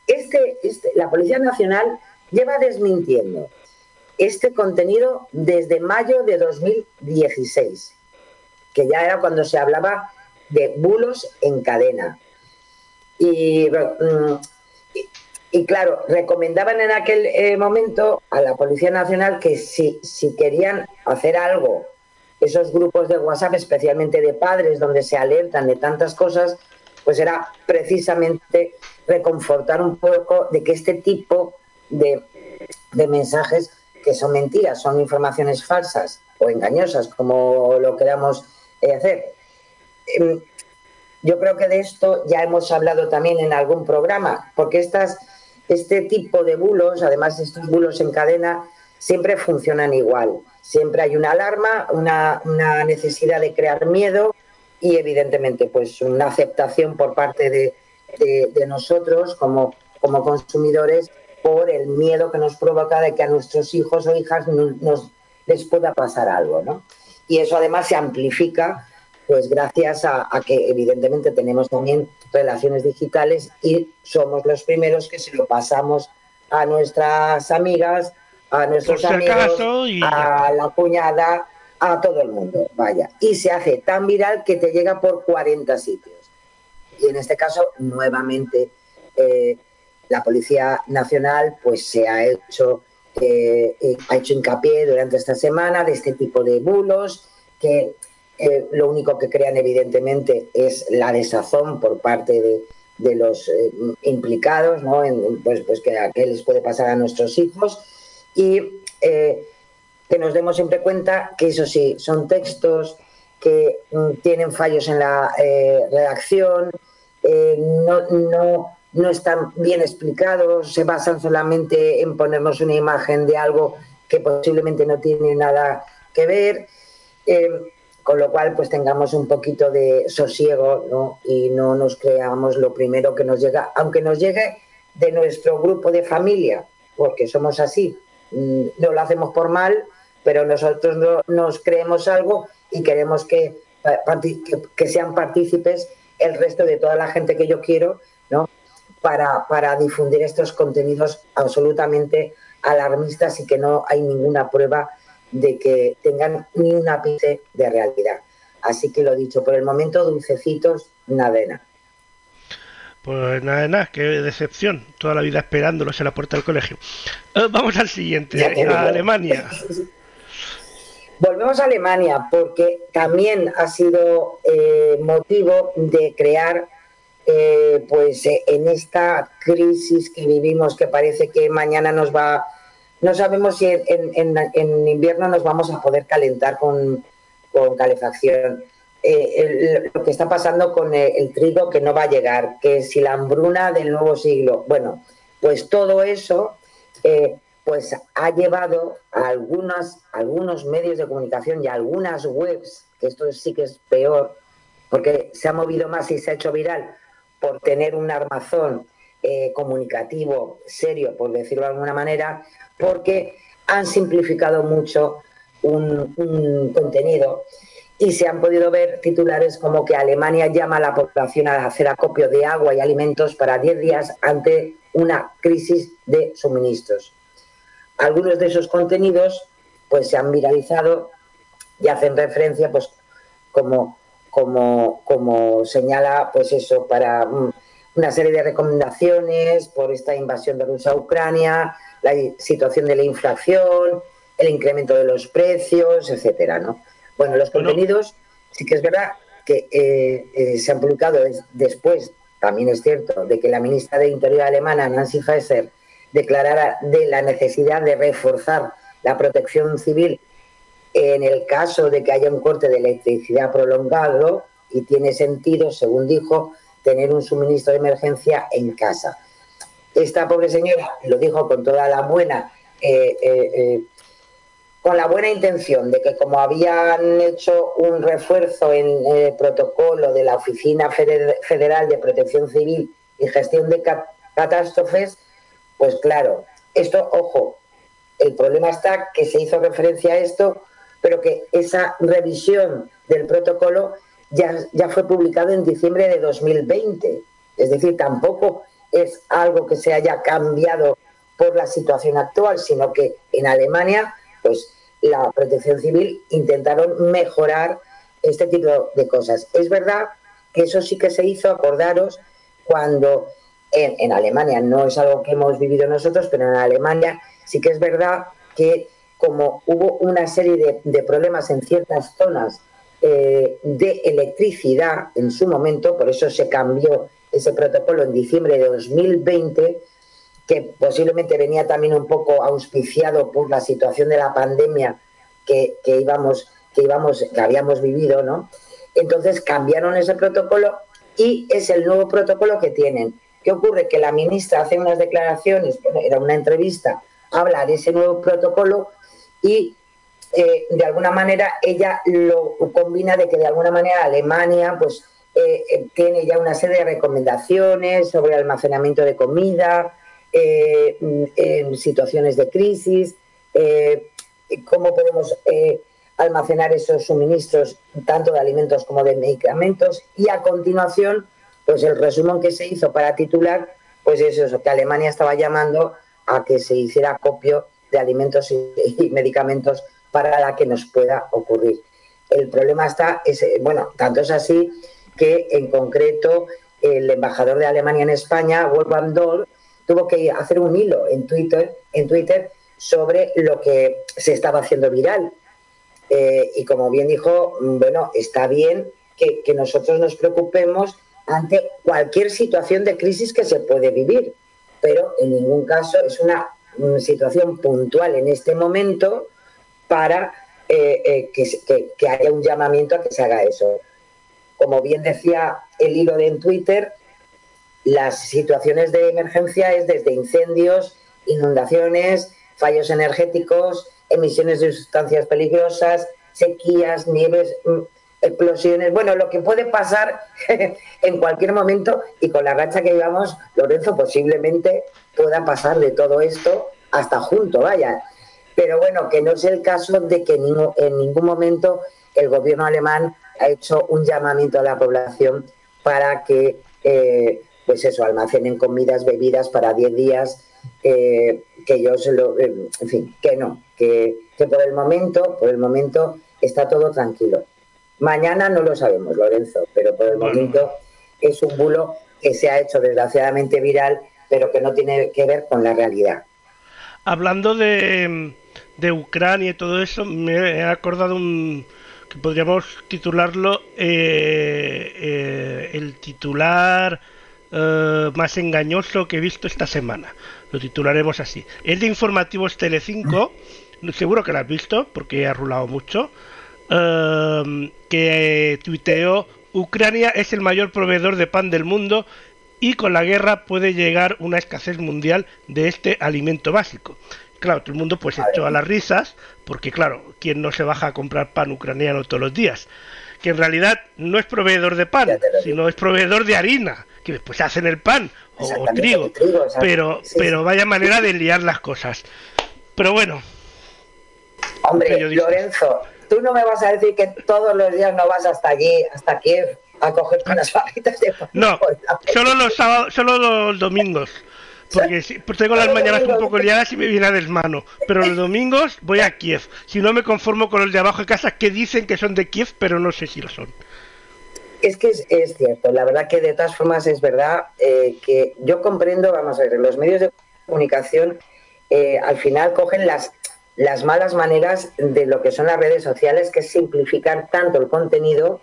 La Policía Nacional lleva desmintiendo este contenido desde mayo de 2016, que ya era cuando se hablaba de bulos en cadena. Y claro, recomendaban en aquel momento a la Policía Nacional que si querían hacer algo, esos grupos de WhatsApp, especialmente de padres, donde se alertan de tantas cosas, pues era precisamente reconfortar un poco de que este tipo de mensajes, que son mentiras, son informaciones falsas o engañosas, como lo queramos hacer. Yo creo que de esto ya hemos hablado también en algún programa, porque este tipo de bulos, además estos bulos en cadena, siempre funcionan igual. Siempre hay una alarma, una necesidad de crear miedo y evidentemente pues una aceptación por parte de nosotros como consumidores por el miedo que nos provoca de que a nuestros hijos o hijas les pueda pasar algo, ¿no? Y eso además se amplifica pues gracias a que evidentemente tenemos también relaciones digitales y somos los primeros que se lo pasamos a nuestras amigas, a nuestros amigos, a la cuñada, a todo el mundo, vaya. Y se hace tan viral que te llega por 40 sitios. Y en este caso, nuevamente, la Policía Nacional pues se ha hecho hincapié durante esta semana de este tipo de bulos que lo único que crean evidentemente es la desazón por parte de los implicados, ¿no? Pues que a qué les puede pasar a nuestros hijos y que nos demos siempre cuenta que eso sí, son textos que tienen fallos en la redacción, no están bien explicados, se basan solamente en ponernos una imagen de algo que posiblemente no tiene nada que ver, con lo cual pues tengamos un poquito de sosiego, ¿no? Y no nos creamos lo primero que nos llega, aunque nos llegue de nuestro grupo de familia, porque somos así, no lo hacemos por mal, pero nosotros no nos creemos algo y queremos que sean partícipes el resto de toda la gente que yo quiero, ¿no? Para difundir estos contenidos absolutamente alarmistas y que no hay ninguna prueba de que tengan ni un ápice de realidad. Así que lo dicho, por el momento, dulcecitos, nada de nada.
Pues nada de nada, qué decepción, toda la vida esperándolos en la puerta del colegio. Vamos al siguiente, a Alemania.
Volvemos a Alemania, porque también ha sido motivo de crear, pues en esta crisis que vivimos, que parece que mañana nos va... No sabemos si en invierno nos vamos a poder calentar con calefacción. Lo que está pasando con el trigo que no va a llegar, que si la hambruna del nuevo siglo. Bueno, pues todo eso pues ha llevado a algunos medios de comunicación y a algunas webs, que esto sí que es peor, porque se ha movido más y se ha hecho viral por tener un armazón comunicativo serio, por decirlo de alguna manera, porque han simplificado mucho un contenido y se han podido ver titulares como que Alemania llama a la población a hacer acopio de agua y alimentos para 10 días ante una crisis de suministros. Algunos de esos contenidos pues se han viralizado y hacen referencia, pues como señala, pues eso, para una serie de recomendaciones por esta invasión de Rusia a Ucrania, la situación de la inflación, el incremento de los precios, etcétera, ¿no? Bueno, los contenidos sí que es verdad que se han publicado después, también es cierto, de que la ministra de Interior alemana, Nancy Faeser, declarara de la necesidad de reforzar la protección civil en el caso de que haya un corte de electricidad prolongado, y tiene sentido, según dijo, tener un suministro de emergencia en casa. Esta pobre señora lo dijo con toda la buena con la buena intención de que, como habían hecho un refuerzo en el protocolo de la Oficina Federal de Protección Civil y Gestión de Catástrofes, pues claro, esto, ojo, el problema está que se hizo referencia a esto, pero que esa revisión del protocolo ya fue publicado en diciembre de 2020. Es decir, tampoco es algo que se haya cambiado por la situación actual, sino que en Alemania, pues la Protección Civil intentaron mejorar este tipo de cosas. Es verdad que eso sí que se hizo, acordaros, cuando en Alemania, no es algo que hemos vivido nosotros, pero en Alemania sí que es verdad que como hubo una serie de problemas en ciertas zonas de electricidad en su momento, por eso se cambió ese protocolo en diciembre de 2020, que posiblemente venía también un poco auspiciado por la situación de la pandemia que habíamos vivido, ¿no? Entonces cambiaron ese protocolo y es el nuevo protocolo que tienen. ¿Qué ocurre? Que la ministra hace unas declaraciones, era una entrevista, habla de ese nuevo protocolo y de alguna manera ella lo combina de que de alguna manera Alemania pues tiene ya una serie de recomendaciones sobre almacenamiento de comida, en situaciones de crisis, cómo podemos almacenar esos suministros tanto de alimentos como de medicamentos, y a continuación pues el resumen que se hizo para titular pues es eso, que Alemania estaba llamando a que se hiciera acopio de alimentos y medicamentos para la que nos pueda ocurrir. El problema está, bueno, tanto es así que en concreto el embajador de Alemania en España, Wolfgang Doll, tuvo que hacer un hilo en Twitter sobre lo que se estaba haciendo viral. Y como bien dijo, bueno, está bien que nosotros nos preocupemos ante cualquier situación de crisis que se puede vivir, pero en ningún caso es una situación puntual en este momento para que haya un llamamiento a que se haga eso. Como bien decía el hilo en Twitter, las situaciones de emergencia es desde incendios, inundaciones, fallos energéticos, emisiones de sustancias peligrosas, sequías, nieves, explosiones, bueno, lo que puede pasar en cualquier momento, y con la racha que llevamos, Lorenzo, posiblemente pueda pasar de todo esto hasta junto, vaya. Pero bueno, que no es el caso de que en ningún momento el gobierno alemán ha hecho un llamamiento a la población para que, pues eso, almacenen comidas, bebidas para 10 días, que ellos, en fin, que no, que por el momento está todo tranquilo. Mañana no lo sabemos, Lorenzo, pero por el momento es un bulo que se ha hecho desgraciadamente viral, pero que no tiene que ver con la realidad.
Hablando de Ucrania y todo eso, me he acordado que podríamos titularlo el titular más engañoso que he visto esta semana. Lo titularemos así. Es de Informativos Telecinco, seguro que lo has visto porque ha rulado mucho, que tuiteó: Ucrania es el mayor proveedor de pan del mundo y con la guerra puede llegar una escasez mundial de este alimento básico. Claro, todo el mundo pues echó a las risas, porque claro, ¿quién no se baja a comprar pan ucraniano todos los días? Que en realidad no es proveedor de pan, sino es proveedor de harina, que después hacen el pan o trigo, pero vaya manera de liar las cosas. Pero bueno.
Hombre, Lorenzo, tú no me vas a decir que todos los días no vas hasta allí, hasta Kiev, a coger unas barritas de pan.
No, solo los sábados, solo los domingos. Porque tengo las mañanas un poco liadas y me viene a desmano. Pero los domingos voy a Kiev. Si no, me conformo con los de abajo de casa que dicen que son de Kiev, pero no sé si lo son.
Es que es cierto. La verdad que de todas formas es verdad que yo comprendo, vamos a ver, los medios de comunicación al final cogen las malas maneras de lo que son las redes sociales, que es simplificar tanto el contenido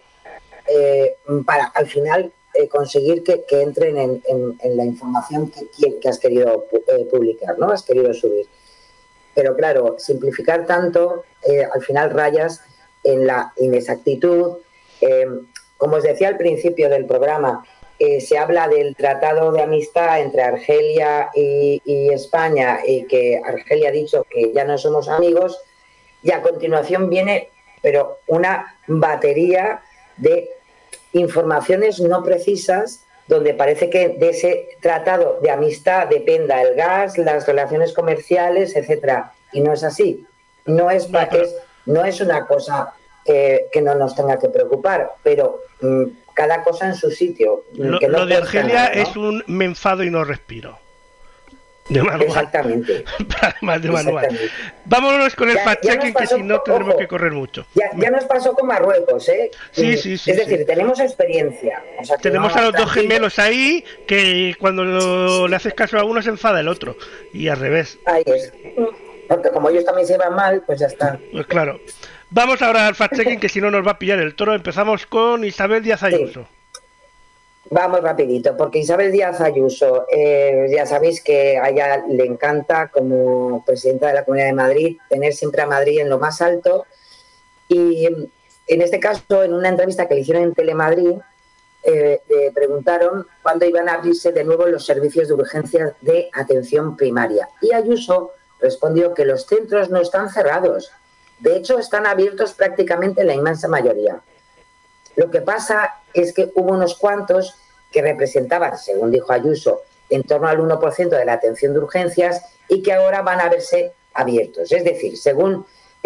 para al final conseguir que entren en la información que has querido publicar, ¿no? Has querido subir. Pero claro, simplificar tanto, al final rayas en la inexactitud. Como os decía al principio del programa, se habla del tratado de amistad entre Argelia y España, y que Argelia ha dicho que ya no somos amigos, y a continuación viene pero una batería de informaciones no precisas, donde parece que de ese tratado de amistad dependa el gas, las relaciones comerciales, etcétera, y no es así. No es una cosa que no nos tenga que preocupar, pero cada cosa en su sitio.
Lo de Argelia nada, ¿no? Es un me enfado y no respiro. De manual.
Exactamente.
Además de manual. Vámonos con el fact-checking, que si no tendremos que correr mucho.
Ya nos pasó con Marruecos, ¿eh?
Sí.
Es decir, tenemos experiencia. O sea,
tenemos a los dos gemelos ahí, que cuando le haces caso a uno se enfada el otro. Y al revés.
Ahí es. Porque como ellos también se van mal, pues ya está.
Pues claro. Vamos ahora al fact-checking, que si no nos va a pillar el toro. Empezamos con Isabel Díaz Ayuso.
Sí. Vamos rapidito, porque Isabel Díaz Ayuso, ya sabéis que a ella le encanta, como presidenta de la Comunidad de Madrid, tener siempre a Madrid en lo más alto. Y en este caso, en una entrevista que le hicieron en Telemadrid, le preguntaron cuándo iban a abrirse de nuevo los servicios de urgencias de atención primaria. Y Ayuso respondió que los centros no están cerrados. De hecho, están abiertos prácticamente la inmensa mayoría. Lo que pasa es que hubo unos cuantos que representaban, según dijo Ayuso, en torno al 1% de la atención de urgencias y que ahora van a verse abiertos. Es decir, según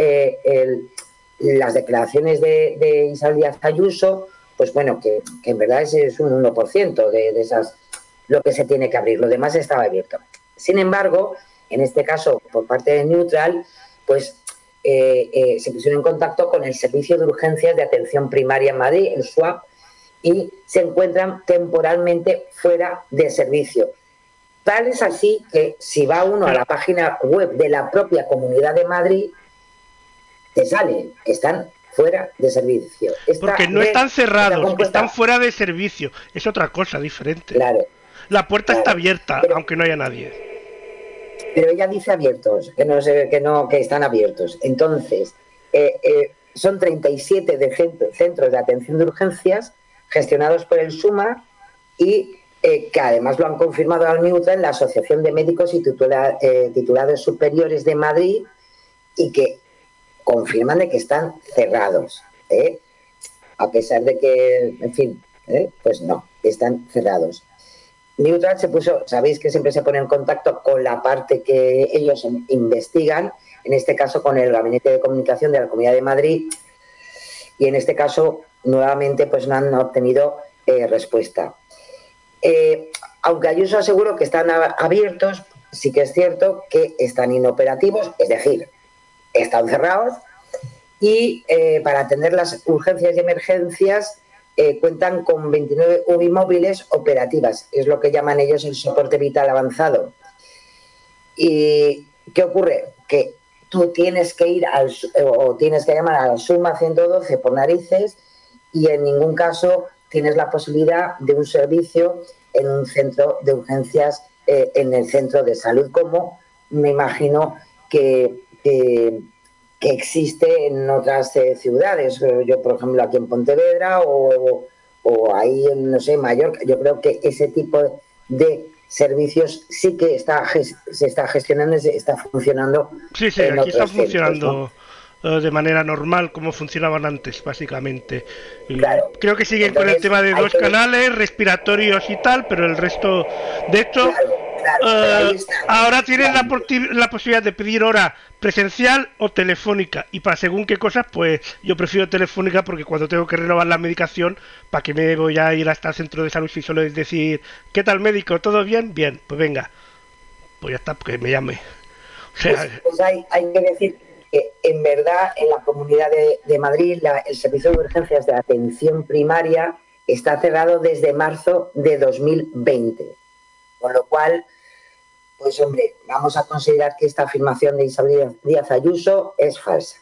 las declaraciones de Isabel Díaz Ayuso, pues bueno, que en verdad es un 1% de esas lo que se tiene que abrir, lo demás estaba abierto. Sin embargo, en este caso, por parte de Neutral, pues se pusieron en contacto con el Servicio de Urgencias de Atención Primaria en Madrid, el SUAP, y se encuentran temporalmente fuera de servicio. Tal es así que si va uno a la página web de la propia Comunidad de Madrid, te sale que están fuera de servicio.
Porque no están cerrados, están fuera de servicio. Es otra cosa diferente.
Claro.
La puerta está abierta, pero, aunque no haya nadie.
Pero ella dice abiertos, que están abiertos. Entonces, son 37 centros de atención de urgencias gestionados por el SUMA y que además lo han confirmado al Neutral en la Asociación de Médicos y Titulados Superiores de Madrid, y que confirman de que están cerrados, a pesar de que, en fin, pues no, están cerrados. Neutral se puso, sabéis que siempre se pone en contacto con la parte que ellos investigan, en este caso con el Gabinete de Comunicación de la Comunidad de Madrid, y en este caso nuevamente pues no han obtenido respuesta. Aunque Ayuso aseguró que están abiertos, sí que es cierto que están inoperativos, es decir, están cerrados, y para atender las urgencias y emergencias cuentan con 29 UBI móviles operativas, es lo que llaman ellos el soporte vital avanzado. ¿Y qué ocurre? Que tú tienes que ir o tienes que llamar al SUMA 112 por narices, y en ningún caso tienes la posibilidad de un servicio en un centro de urgencias, en el centro de salud, como me imagino que existe en otras ciudades. Yo, por ejemplo, aquí en Pontevedra o ahí, no sé, en Mallorca, yo creo que ese tipo de servicios sí que se está gestionando, se está funcionando.
Sí, aquí está funcionando, ¿no? De manera normal, como funcionaban antes, básicamente.
Claro.
Creo que siguen con el tema de dos canales, respiratorios y tal, pero el resto, de hecho, ahora tienen la posibilidad de pedir hora presencial o telefónica, y para según qué cosas, pues yo prefiero telefónica, porque cuando tengo que renovar la medicación, ¿para qué me voy a ir hasta el centro de salud si solo es decir, ¿qué tal, médico? ¿Todo bien? Bien, pues venga, pues ya está, porque me llame. O sea,
pues hay que decir que en verdad en la Comunidad de Madrid el Servicio de Urgencias de Atención Primaria está cerrado desde marzo de 2020, con lo cual, pues hombre, vamos a considerar que esta afirmación de Isabel Díaz Ayuso es falsa.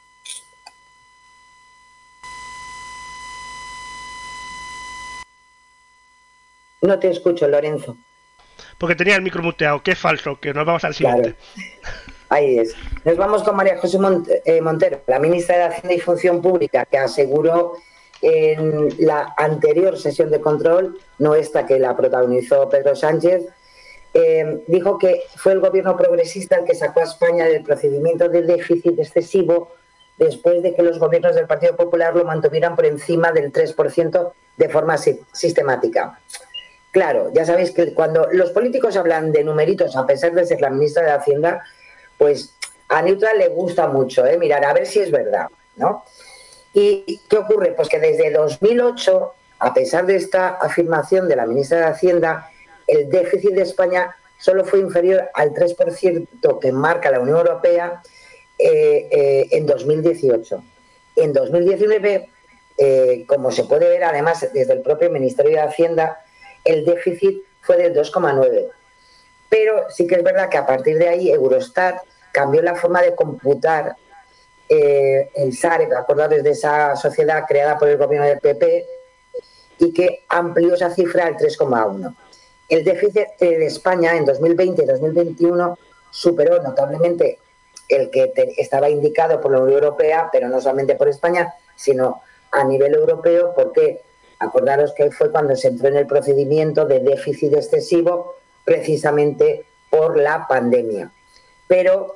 No te escucho, Lorenzo.
Porque tenía el micro muteado, que es falso, que nos vamos al siguiente.
Claro. Ahí es. Nos vamos con María José Montero, la ministra de Hacienda y Función Pública, que aseguró en la anterior sesión de control, no esta que la protagonizó Pedro Sánchez, dijo que fue el gobierno progresista el que sacó a España del procedimiento de déficit excesivo después de que los gobiernos del Partido Popular lo mantuvieran por encima del 3% de forma sistemática. Claro, ya sabéis que cuando los políticos hablan de numeritos, a pesar de ser la ministra de Hacienda, pues a Neutral le gusta mucho mirar a ver si es verdad, ¿no? ¿Y qué ocurre? Pues que desde 2008, a pesar de esta afirmación de la ministra de Hacienda, el déficit de España solo fue inferior al 3% que marca la Unión Europea en 2018. En 2019, como se puede ver además desde el propio Ministerio de Hacienda, el déficit fue del 2,9%. Pero sí que es verdad que a partir de ahí Eurostat cambió la forma de computar el SARE, acordados de esa sociedad creada por el gobierno del PP, y que amplió esa cifra al 3,1%. El déficit de España en 2020 y 2021 superó notablemente el que estaba indicado por la Unión Europea, pero no solamente por España, sino a nivel europeo, porque acordaros que fue cuando se entró en el procedimiento de déficit excesivo, precisamente por la pandemia. Pero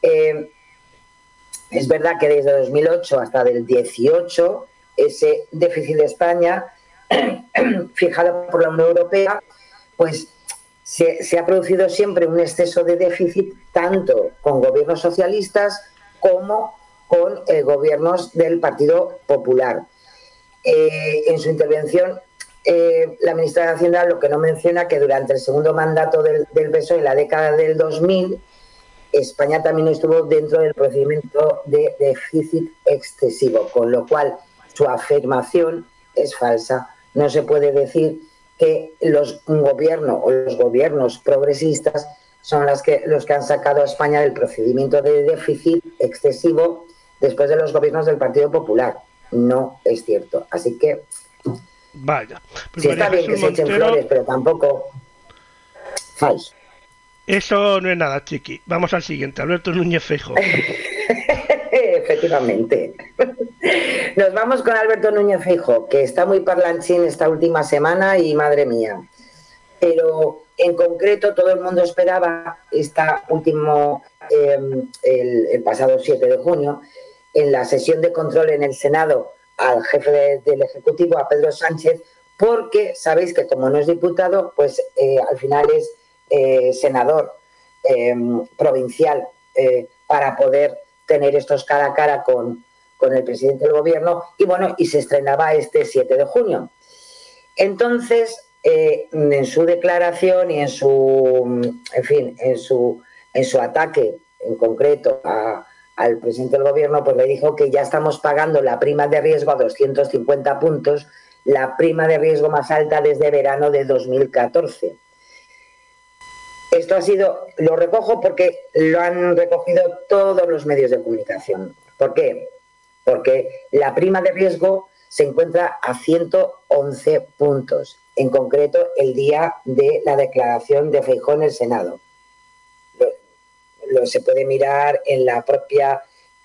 es verdad que desde 2008 hasta el 2018, ese déficit de España, fijado por la Unión Europea, pues se ha producido siempre un exceso de déficit, tanto con gobiernos socialistas como con gobiernos del Partido Popular. En su intervención, la ministra de Hacienda lo que no menciona que durante el segundo mandato del PSOE en la década del 2000, España también estuvo dentro del procedimiento de déficit excesivo, con lo cual su afirmación es falsa. No se puede decir que un gobierno o los gobiernos progresistas son los que han sacado a España del procedimiento de déficit excesivo después de los gobiernos del Partido Popular. No es cierto. Así que
vaya, pues
sí, está bien que se echen flores, pero tampoco falso.
Eso no es nada, chiqui. Vamos al siguiente, Alberto Núñez Feijóo.
Efectivamente. Nos vamos con Alberto Núñez Feijóo, que está muy parlanchín esta última semana y madre mía. Pero en concreto todo el mundo esperaba el pasado 7 de junio, en la sesión de control en el Senado, al jefe del Ejecutivo, a Pedro Sánchez, porque sabéis que como no es diputado, pues al final es senador provincial para poder tener estos cara a cara con el presidente del gobierno, y bueno, y se estrenaba este 7 de junio. Entonces, en su declaración y en su ataque en concreto al presidente del gobierno, pues le dijo que ya estamos pagando la prima de riesgo a 250 puntos, la prima de riesgo más alta desde verano de 2014. Esto lo recojo porque lo han recogido todos los medios de comunicación. ¿Por qué? Porque la prima de riesgo se encuentra a 111 puntos, en concreto el día de la declaración de Feijóo en el Senado. Se puede mirar en la propia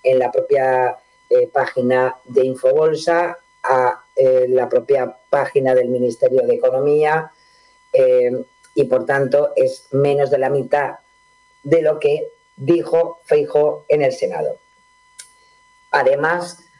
página de Infobolsa, la propia página del Ministerio de Economía, y por tanto es menos de la mitad de lo que dijo Feijóo en el Senado. Además,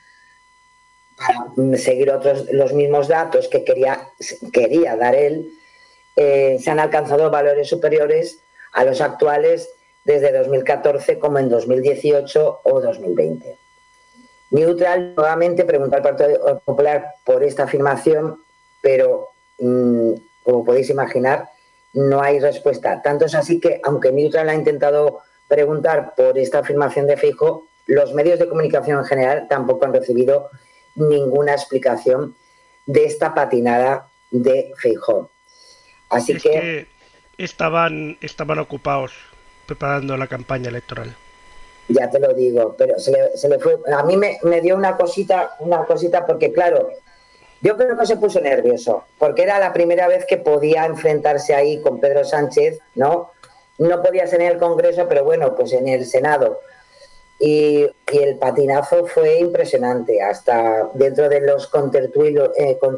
para seguir los mismos datos que quería dar él, se han alcanzado valores superiores a los actuales desde 2014 como en 2018 o 2020. Neutral nuevamente preguntó al Partido Popular por esta afirmación, pero como podéis imaginar, no hay respuesta. Tanto es así que, aunque Neutral ha intentado preguntar por esta afirmación de Feijóo, los medios de comunicación en general tampoco han recibido ninguna explicación de esta patinada de Feijóo. Así que
estaban ocupados preparando la campaña electoral.
Ya te lo digo, pero se le fue. A mí me dio una cosita porque, claro, yo creo que se puso nervioso, porque era la primera vez que podía enfrentarse ahí con Pedro Sánchez, ¿no? No podía ser en el Congreso, pero bueno, pues en el Senado. Y el patinazo fue impresionante, hasta dentro de los contertulios,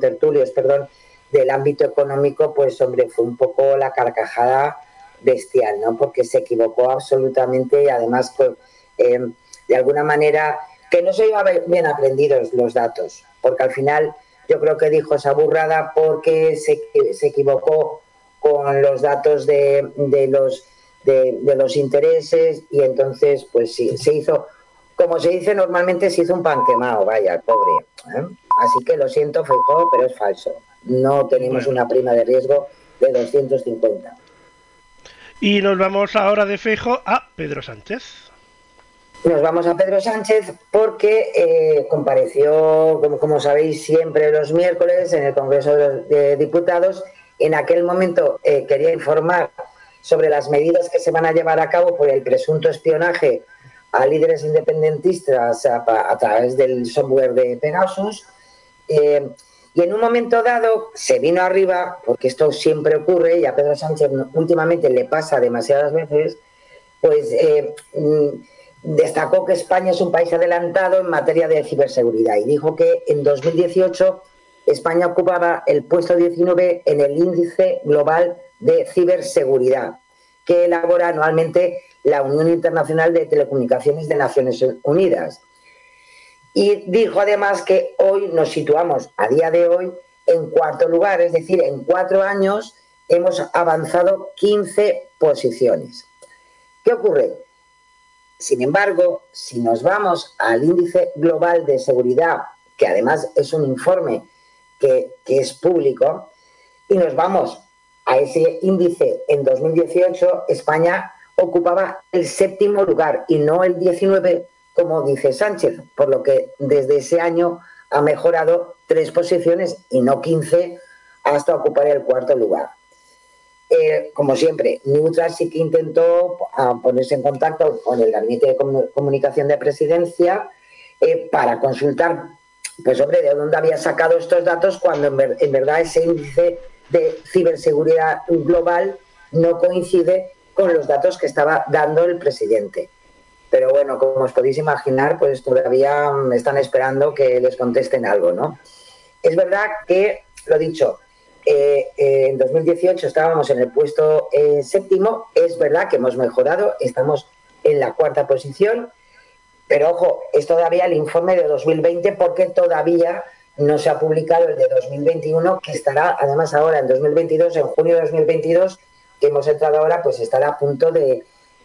del ámbito económico, pues hombre, fue un poco la carcajada bestial, ¿no? Porque se equivocó absolutamente y además, pues, de alguna manera, que no se iban bien aprendidos los datos, porque al final yo creo que dijo esa burrada porque se equivocó con los datos de los intereses, y entonces pues sí, se hizo, como se dice normalmente, se hizo un pan quemado, vaya, el pobre, ¿eh? Así que lo siento, Feijóo, pero es falso. No tenemos una prima de riesgo de 250.
Y nos vamos ahora de Feijóo a Pedro Sánchez.
Nos vamos a Pedro Sánchez porque compareció, como sabéis, siempre los miércoles en el Congreso de los Diputados. En aquel momento quería informar sobre las medidas que se van a llevar a cabo por el presunto espionaje a líderes independentistas a través del software de Pegasus. Y en un momento dado se vino arriba, porque esto siempre ocurre y a Pedro Sánchez últimamente le pasa demasiadas veces, pues destacó que España es un país adelantado en materia de ciberseguridad y dijo que en 2018 España ocupaba el puesto 19 en el índice global de ciberseguridad que elabora anualmente la Unión Internacional de Telecomunicaciones de Naciones Unidas. Y dijo además que hoy nos situamos, a día de hoy, en cuarto lugar, es decir, en 4 años hemos avanzado 15 posiciones. ¿Qué ocurre? Sin embargo, si nos vamos al índice global de seguridad, que además es un informe que es público, y nos vamos a ese índice en 2018, España ocupaba el 7º lugar y no el 19, como dice Sánchez, por lo que desde ese año ha mejorado 3 posiciones y no 15 hasta ocupar el 4º lugar. Como siempre, Neutral sí que intentó ponerse en contacto con el Gabinete de Comunicación de Presidencia para consultar, pues hombre, de dónde había sacado estos datos cuando en verdad ese índice de ciberseguridad global no coincide con los datos que estaba dando el presidente. Pero bueno, como os podéis imaginar, pues todavía están esperando que les contesten algo, ¿no? Es verdad que, lo dicho, en 2018 estábamos en el puesto 7º, es verdad que hemos mejorado, estamos en la 4ª posición, pero ojo, es todavía el informe de 2020 porque todavía no se ha publicado el de 2021, que estará además ahora en 2022, en junio de 2022, que hemos entrado ahora, pues estará a punto de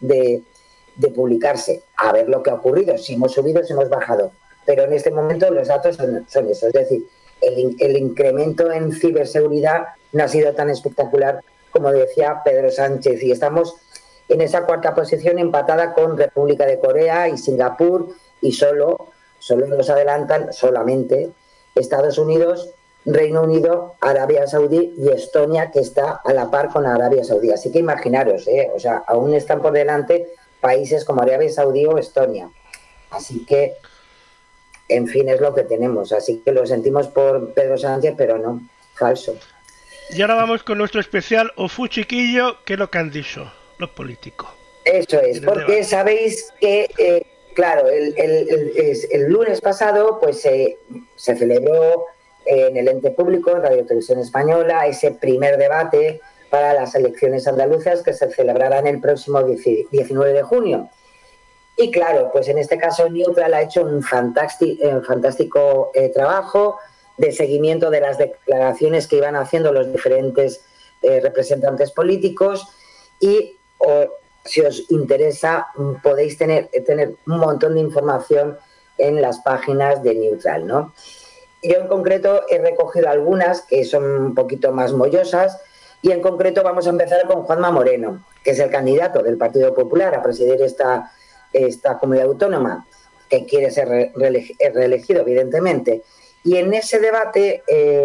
publicarse. A ver lo que ha ocurrido, si hemos subido, si hemos bajado. Pero en este momento los datos son esos, es decir, el incremento en ciberseguridad no ha sido tan espectacular como decía Pedro Sánchez, y estamos en esa 4ª posición empatada con República de Corea y Singapur, y solo nos adelantan solamente Estados Unidos, Reino Unido, Arabia Saudí y Estonia, que está a la par con Arabia Saudí. Así que imaginaros, o sea, aún están por delante países como Arabia Saudí o Estonia. Así que, en fin, es lo que tenemos. Así que lo sentimos por Pedro Sánchez, pero no, falso.
Y ahora vamos con nuestro especial Ofu Chiquillo, que es lo que han dicho los políticos.
Eso es, porque sabéis que, claro, el lunes pasado pues se celebró en el ente público, en Radio Televisión Española, ese primer debate para las elecciones andaluzas que se celebrarán el próximo 19 de junio. Y claro, pues en este caso Neutral ha hecho un fantástico trabajo de seguimiento de las declaraciones que iban haciendo los diferentes representantes políticos, y si os interesa podéis tener un montón de información en las páginas de Neutral, ¿no? Yo en concreto he recogido algunas que son un poquito más mollosas, y en concreto vamos a empezar con Juanma Moreno, que es el candidato del Partido Popular a presidir esta comunidad autónoma, que quiere ser reelegido, evidentemente. Y en ese debate,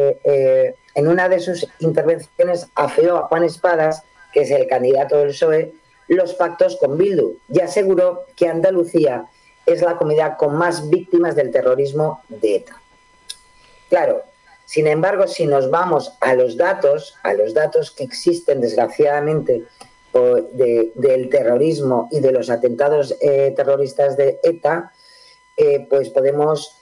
en una de sus intervenciones, afeó a Juan Espadas, que es el candidato del PSOE, los pactos con Bildu, y aseguró que Andalucía es la comunidad con más víctimas del terrorismo de ETA. Claro, sin embargo, si nos vamos a los datos que existen, desgraciadamente, del terrorismo y de los atentados terroristas de ETA, pues podemos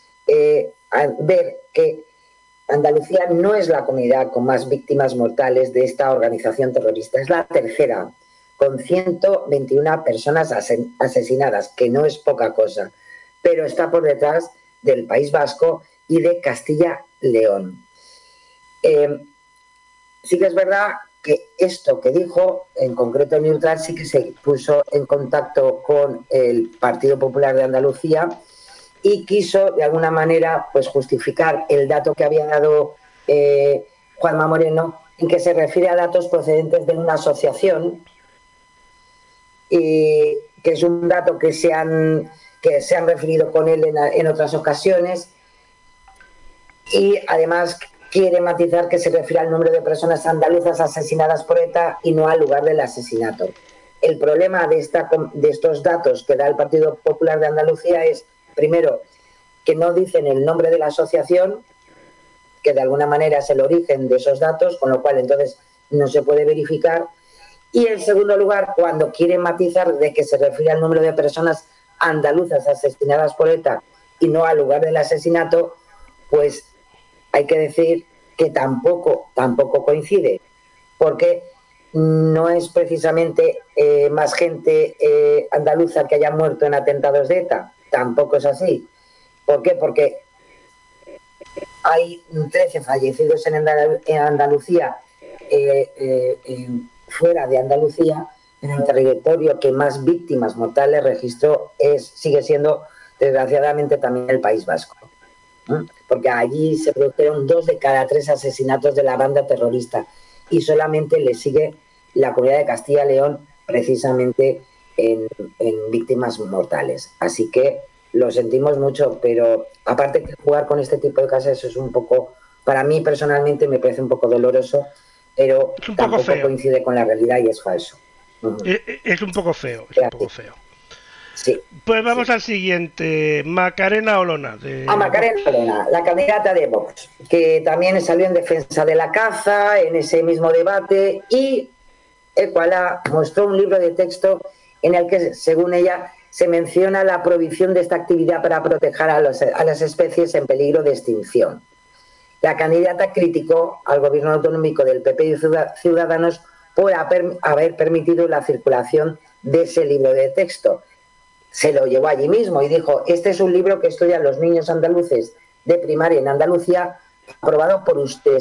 ver que Andalucía no es la comunidad con más víctimas mortales de esta organización terrorista, es la 3ª, con 121 personas asesinadas, que no es poca cosa, pero está por detrás del País Vasco y de Castilla-León. Sí que es verdad que esto que dijo, en concreto Neutral, sí que se puso en contacto con el Partido Popular de Andalucía y quiso, de alguna manera, pues justificar el dato que había dado Juanma Moreno, en que se refiere a datos procedentes de una asociación, y que es un dato que se han referido con él en otras ocasiones, y además quiere matizar que se refiere al número de personas andaluzas asesinadas por ETA y no al lugar del asesinato. El problema de estos datos que da el Partido Popular de Andalucía es, primero, que no dicen el nombre de la asociación, que de alguna manera es el origen de esos datos, con lo cual entonces no se puede verificar. Y en segundo lugar, cuando quieren matizar de que se refiere al número de personas andaluzas asesinadas por ETA y no al lugar del asesinato, pues hay que decir que tampoco coincide, porque no es precisamente más gente andaluza que haya muerto en atentados de ETA, tampoco es así. ¿Por qué? Porque hay 13 fallecidos en Andalucía fuera de Andalucía, en el territorio que más víctimas mortales registró sigue siendo, desgraciadamente, también el País Vasco. Porque allí se produjeron 2 de cada 3 asesinatos de la banda terrorista y solamente le sigue la Comunidad de Castilla y León precisamente en víctimas mortales. Así que lo sentimos mucho, pero aparte que jugar con este tipo de casos es un poco, para mí personalmente me parece un poco doloroso, pero tampoco coincide con la realidad y es falso.
Es un poco feo, es un poco feo.
Sí.
Pues vamos al siguiente, Macarena Olona.
Macarena Olona, la candidata de Vox, que también salió en defensa de la caza en ese mismo debate y Ecuala mostró un libro de texto en el que, según ella, se menciona la prohibición de esta actividad para proteger a las especies en peligro de extinción. La candidata criticó al gobierno autonómico del PP y Ciudadanos por haber permitido la circulación de ese libro de texto. Se lo llevó allí mismo y dijo: este es un libro que estudian los niños andaluces de primaria en Andalucía, aprobado por ustedes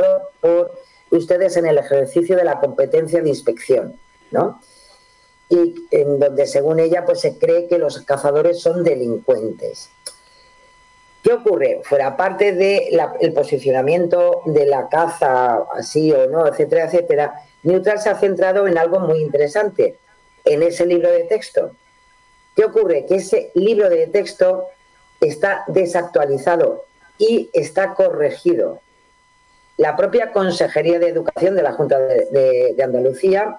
en el ejercicio de la competencia de inspección, ¿no? Y en donde, según ella, pues se cree que los cazadores son delincuentes. ¿Qué ocurre? Fuera parte del posicionamiento de la caza, así o no, etcétera, etcétera, Neutral se ha centrado en algo muy interesante, en ese libro de texto. ¿Qué ocurre? Que ese libro de texto está desactualizado y está corregido. La propia Consejería de Educación de la Junta de Andalucía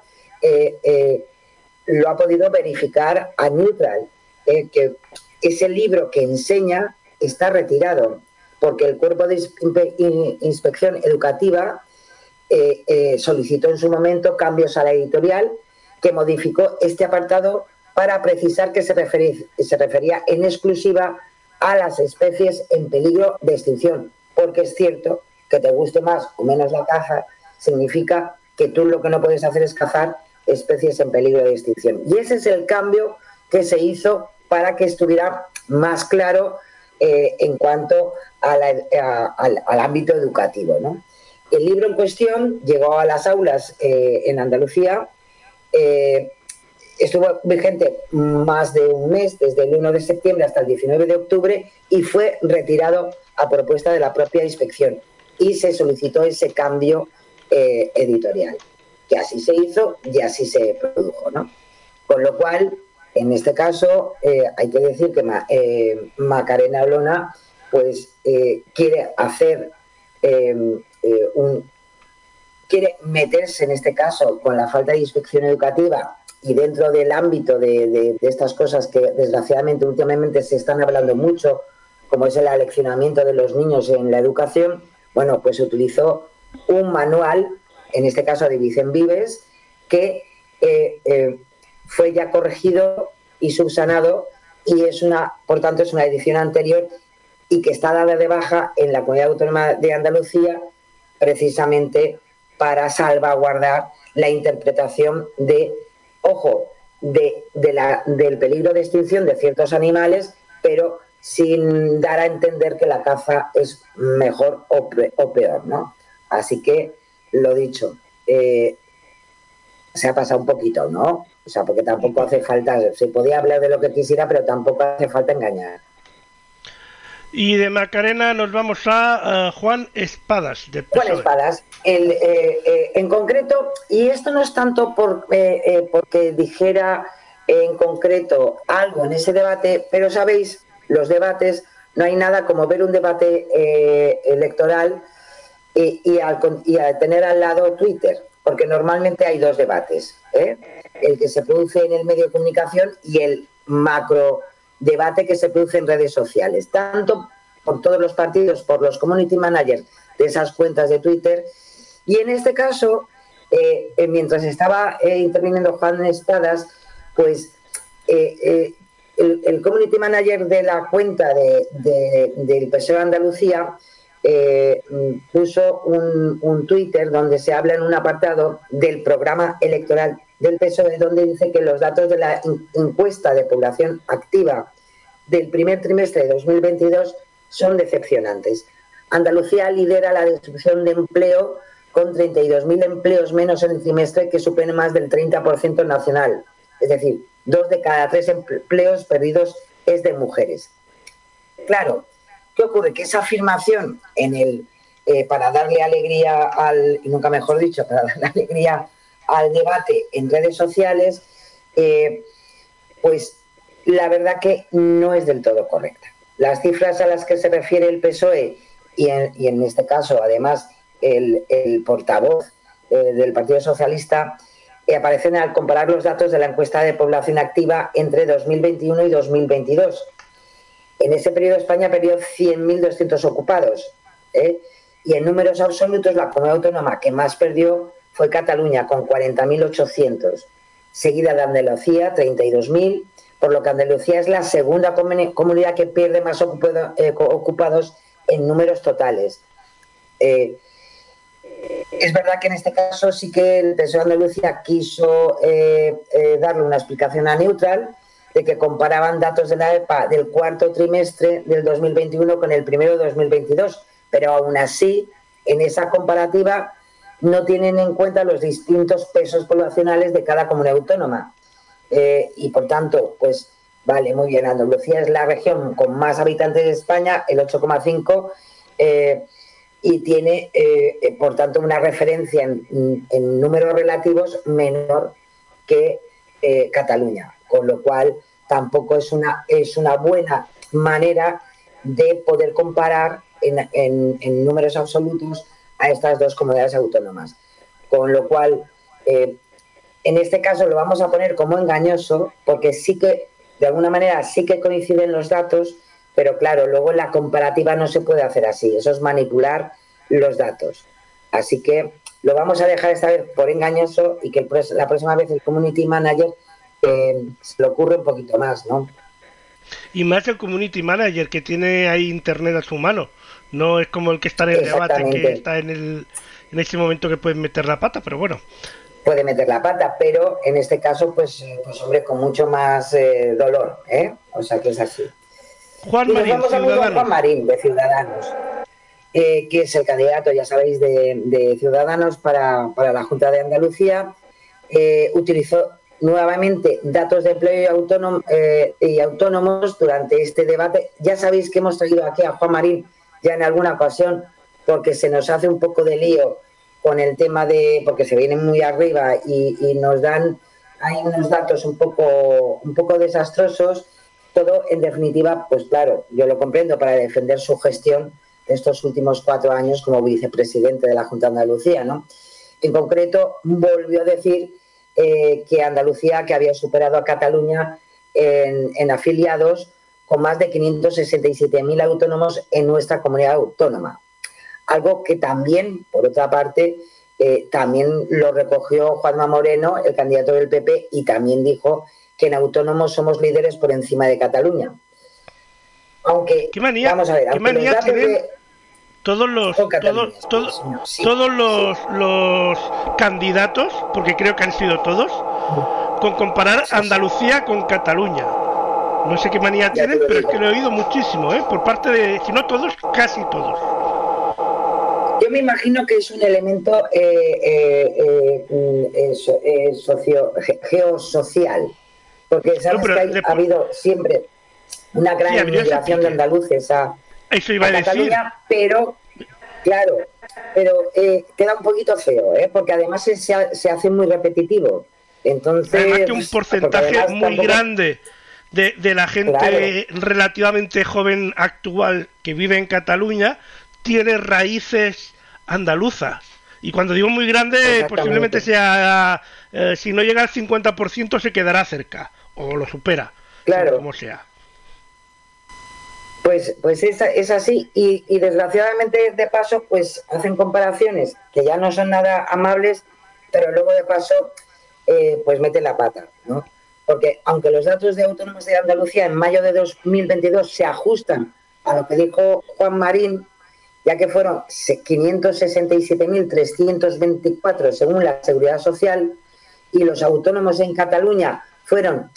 lo ha podido verificar a Neutral, que ese libro que enseña está retirado, porque el Cuerpo de Inspección Educativa solicitó en su momento cambios a la editorial que modificó este apartado para precisar que se refería en exclusiva a las especies en peligro de extinción, porque es cierto que te guste más o menos la caza, significa que tú lo que no puedes hacer es cazar especies en peligro de extinción. Y ese es el cambio que se hizo para que estuviera más claro en cuanto al ámbito educativo, ¿no? El libro en cuestión llegó a las aulas en Andalucía, estuvo vigente más de un mes, desde el 1 de septiembre hasta el 19 de octubre, y fue retirado a propuesta de la propia inspección. Y se solicitó ese cambio editorial, que así se hizo y así se produjo, ¿no? Con lo cual, en este caso, hay que decir que Macarena Olona pues quiere hacer quiere meterse en este caso con la falta de inspección educativa y dentro del ámbito de estas cosas que desgraciadamente últimamente se están hablando mucho, como es el aleccionamiento de los niños en la educación. Bueno, pues se utilizó un manual, en este caso de Vicent Vives, que fue ya corregido y subsanado, y por tanto es una edición anterior y que está dada de baja en la Comunidad Autónoma de Andalucía precisamente para salvaguardar la interpretación del peligro de extinción de ciertos animales, pero sin dar a entender que la caza es mejor o peor, ¿no? Así que, lo dicho, se ha pasado un poquito, ¿no? O sea, porque tampoco hace falta, se podía hablar de lo que quisiera, pero tampoco hace falta engañar.
Y de Macarena nos vamos a Juan Espadas.
Juan Espadas, en concreto, y esto no es tanto porque dijera en concreto algo en ese debate, pero sabéis, los debates, no hay nada como ver un debate electoral y tener al lado Twitter, porque normalmente hay dos debates, el que se produce en el medio de comunicación y el macro debate que se produce en redes sociales, tanto por todos los partidos, por los community managers de esas cuentas de Twitter. Y en este caso, mientras estaba interviniendo Juan Espadas, pues el community manager de la cuenta del PSOE de Andalucía puso un Twitter donde se habla en un apartado del programa electoral del PSOE, donde dice que los datos de la encuesta de población activa del primer trimestre de 2022 son decepcionantes. Andalucía lidera la destrucción de empleo con 32.000 empleos menos en el trimestre, que supone más del 30% nacional. Es decir, 2 de cada 3 empleos perdidos es de mujeres. Claro, ¿qué ocurre? Que esa afirmación para darle alegría y nunca mejor dicho, para darle alegría al debate en redes sociales, pues la verdad que no es del todo correcta. Las cifras a las que se refiere el PSOE y en este caso, además, el portavoz del Partido Socialista, aparecen al comparar los datos de la encuesta de población activa entre 2021 y 2022. En ese periodo España perdió 100.200 ocupados, y en números absolutos la comunidad autónoma que más perdió fue Cataluña, con 40.800, seguida de Andalucía, 32.000, por lo que Andalucía es la segunda comunidad que pierde más ocupados en números totales. Es verdad que en este caso sí que el PSOE de Andalucía quiso darle una explicación a Neutral, de que comparaban datos de la EPA del cuarto trimestre del 2021 con el primero de 2022, pero aún así, en esa comparativa no tienen en cuenta los distintos pesos poblacionales de cada comunidad autónoma. Y por tanto, pues vale, muy bien, Andalucía es la región con más habitantes de España, el 8,5, y tiene, por tanto, una referencia en números relativos menor que Cataluña, con lo cual tampoco es una buena manera de poder comparar en números absolutos a estas dos comunidades autónomas. Con lo cual, en este caso lo vamos a poner como engañoso, porque sí que, de alguna manera, sí que coinciden los datos, pero claro, luego en la comparativa no se puede hacer así, eso es manipular los datos. Así que lo vamos a dejar esta vez por engañoso y que la próxima vez el Community Manager se le ocurre un poquito más, ¿no?
Y más el Community Manager, que tiene ahí internet a su mano. No es como el que está en el debate, que está en ese momento que puede meter la pata, pero bueno.
Puede meter la pata, pero en este caso, pues hombre, con mucho más dolor, ¿eh? O sea que es así.
Juan Marín,
vamos a Juan Marín, de Ciudadanos, que es el candidato, ya sabéis, de Ciudadanos para la Junta de Andalucía. Utilizó nuevamente datos de empleo y autónomos durante este debate. Ya sabéis que hemos traído aquí a Juan Marín ya en alguna ocasión, porque se nos hace un poco de lío con el tema porque se vienen muy arriba y nos dan hay unos datos un poco desastrosos. Todo, en definitiva, pues claro, yo lo comprendo, para defender su gestión de estos últimos 4 años como vicepresidente de la Junta de Andalucía, ¿no? En concreto, volvió a decir que Andalucía, que había superado a Cataluña en afiliados, con más de 567.000 autónomos en nuestra comunidad autónoma. Algo que también, por otra parte, también lo recogió Juanma Moreno, el candidato del PP, y también dijo que en autónomos somos líderes por encima de Cataluña. Aunque,
¿qué manía,
vamos a ver,
¿qué manía tienen todos los candidatos, porque creo que han sido todos, con comparar Andalucía con Cataluña? No sé qué manía tienen, pero es que lo he oído muchísimo, por parte de, si no todos, casi todos.
Yo me imagino que es un elemento geosocial, porque sabes que ha habido siempre una gran inmigración de andaluces a Cataluña, pero claro, queda un poquito feo, porque además se hace muy repetitivo. Entonces,
además que un porcentaje muy grande de la gente relativamente joven actual que vive en Cataluña tiene raíces andaluzas. Y cuando digo muy grande, posiblemente sea, si no llega al 50%, se quedará cerca, o lo supera, como sea.
Pues es así, y desgraciadamente, de paso, pues hacen comparaciones que ya no son nada amables, pero luego de paso, pues meten la pata, ¿no? Porque aunque los datos de autónomos de Andalucía en mayo de 2022 se ajustan a lo que dijo Juan Marín, ya que fueron 567.324 según la Seguridad Social, y los autónomos en Cataluña fueron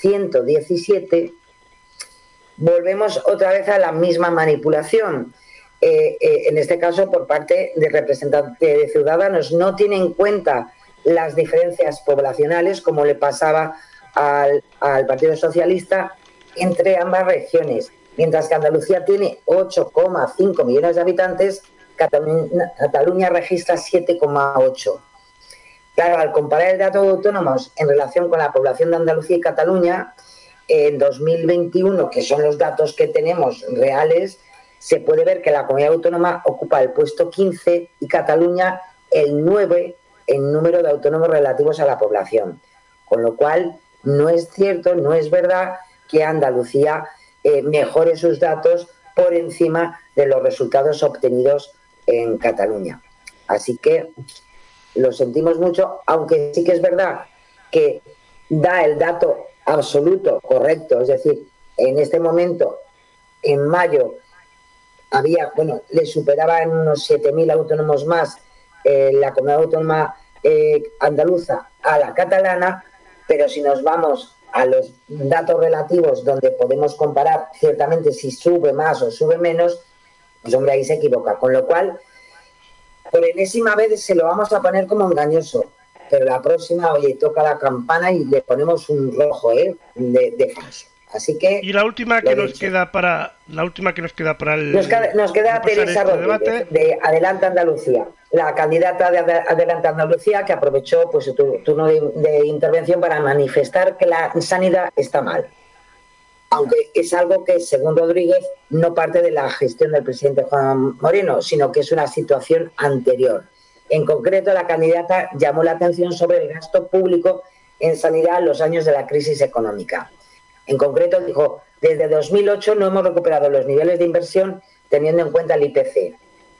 560.117, volvemos otra vez a la misma manipulación. en este caso por parte de representantes de Ciudadanos. No tiene en cuenta las diferencias poblacionales, como le pasaba al Partido Socialista, entre ambas regiones. Mientras que Andalucía tiene 8,5 millones de habitantes, Cataluña registra 7,8. Claro, al comparar el dato de autónomos en relación con la población de Andalucía y Cataluña, en 2021, que son los datos que tenemos reales, se puede ver que la comunidad autónoma ocupa el puesto 15 y Cataluña el 9 en número de autónomos relativos a la población. Con lo cual, no es cierto, no es verdad que Andalucía mejore sus datos por encima de los resultados obtenidos en Cataluña. Así que lo sentimos mucho, aunque sí que es verdad que da el dato absoluto correcto, es decir, en este momento, en mayo, le superaba en unos 7.000 autónomos más la comunidad autónoma andaluza a la catalana, pero si nos vamos a los datos relativos donde podemos comparar ciertamente si sube más o sube menos, pues hombre, ahí se equivoca. Con lo cual, por enésima vez se lo vamos a poner como engañoso, pero la próxima, oye, toca la campana y le ponemos un rojo de falso. Así que
y la última que nos queda para el
nos queda Teresa Rodríguez de Adelante Andalucía, la candidata de Adelante Andalucía, que aprovechó pues su turno de intervención para manifestar que la sanidad está mal, aunque es algo que, según Rodríguez, no parte de la gestión del presidente Juan Moreno, sino que es una situación anterior. En concreto, la candidata llamó la atención sobre el gasto público en sanidad en los años de la crisis económica. En concreto, dijo, desde 2008 no hemos recuperado los niveles de inversión teniendo en cuenta el IPC.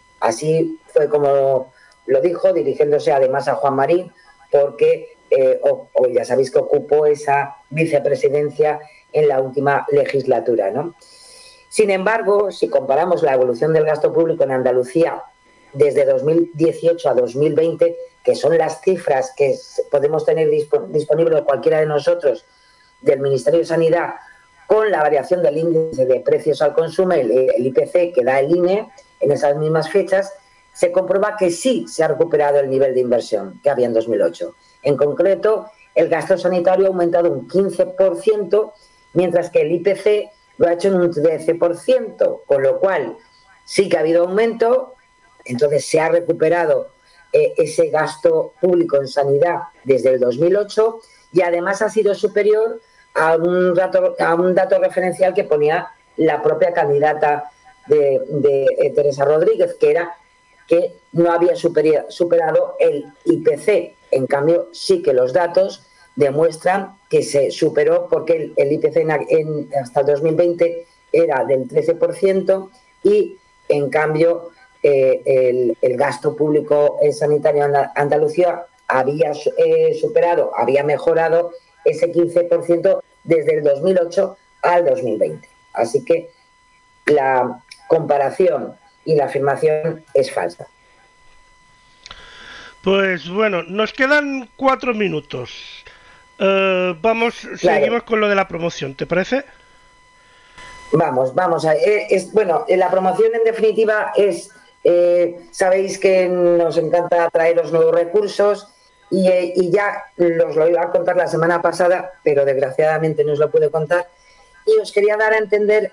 Así fue como lo dijo, dirigiéndose además a Juan Marín, porque ya sabéis que ocupó esa vicepresidencia en la última legislatura, ¿no? Sin embargo, si comparamos la evolución del gasto público en Andalucía desde 2018 a 2020, que son las cifras que podemos tener disponibles cualquiera de nosotros del Ministerio de Sanidad, con la variación del índice de precios al consumo, el IPC que da el INE en esas mismas fechas, se comprueba que sí se ha recuperado el nivel de inversión que había en 2008. En concreto, el gasto sanitario ha aumentado un 15%, mientras que el IPC lo ha hecho en un 13%, con lo cual sí que ha habido aumento. Entonces se ha recuperado ese gasto público en sanidad desde el 2008 y además ha sido superior a un dato referencial que ponía la propia candidata de Teresa Rodríguez, que era que no había superado el IPC. En cambio, sí que los datos demuestran que se superó, porque el IPC hasta el 2020 era del 13% y, en cambio, el gasto público sanitario en Andalucía había superado, había mejorado ese 15% desde el 2008 al 2020. Así que la comparación y la afirmación es falsa.
Pues bueno, nos quedan 4 minutos. Seguimos con lo de la promoción, ¿te parece?
Vamos. Bueno, la promoción en definitiva es, sabéis que nos encanta traeros nuevos recursos y ya os lo iba a contar la semana pasada, pero desgraciadamente no os lo pude contar. Y os quería dar a entender,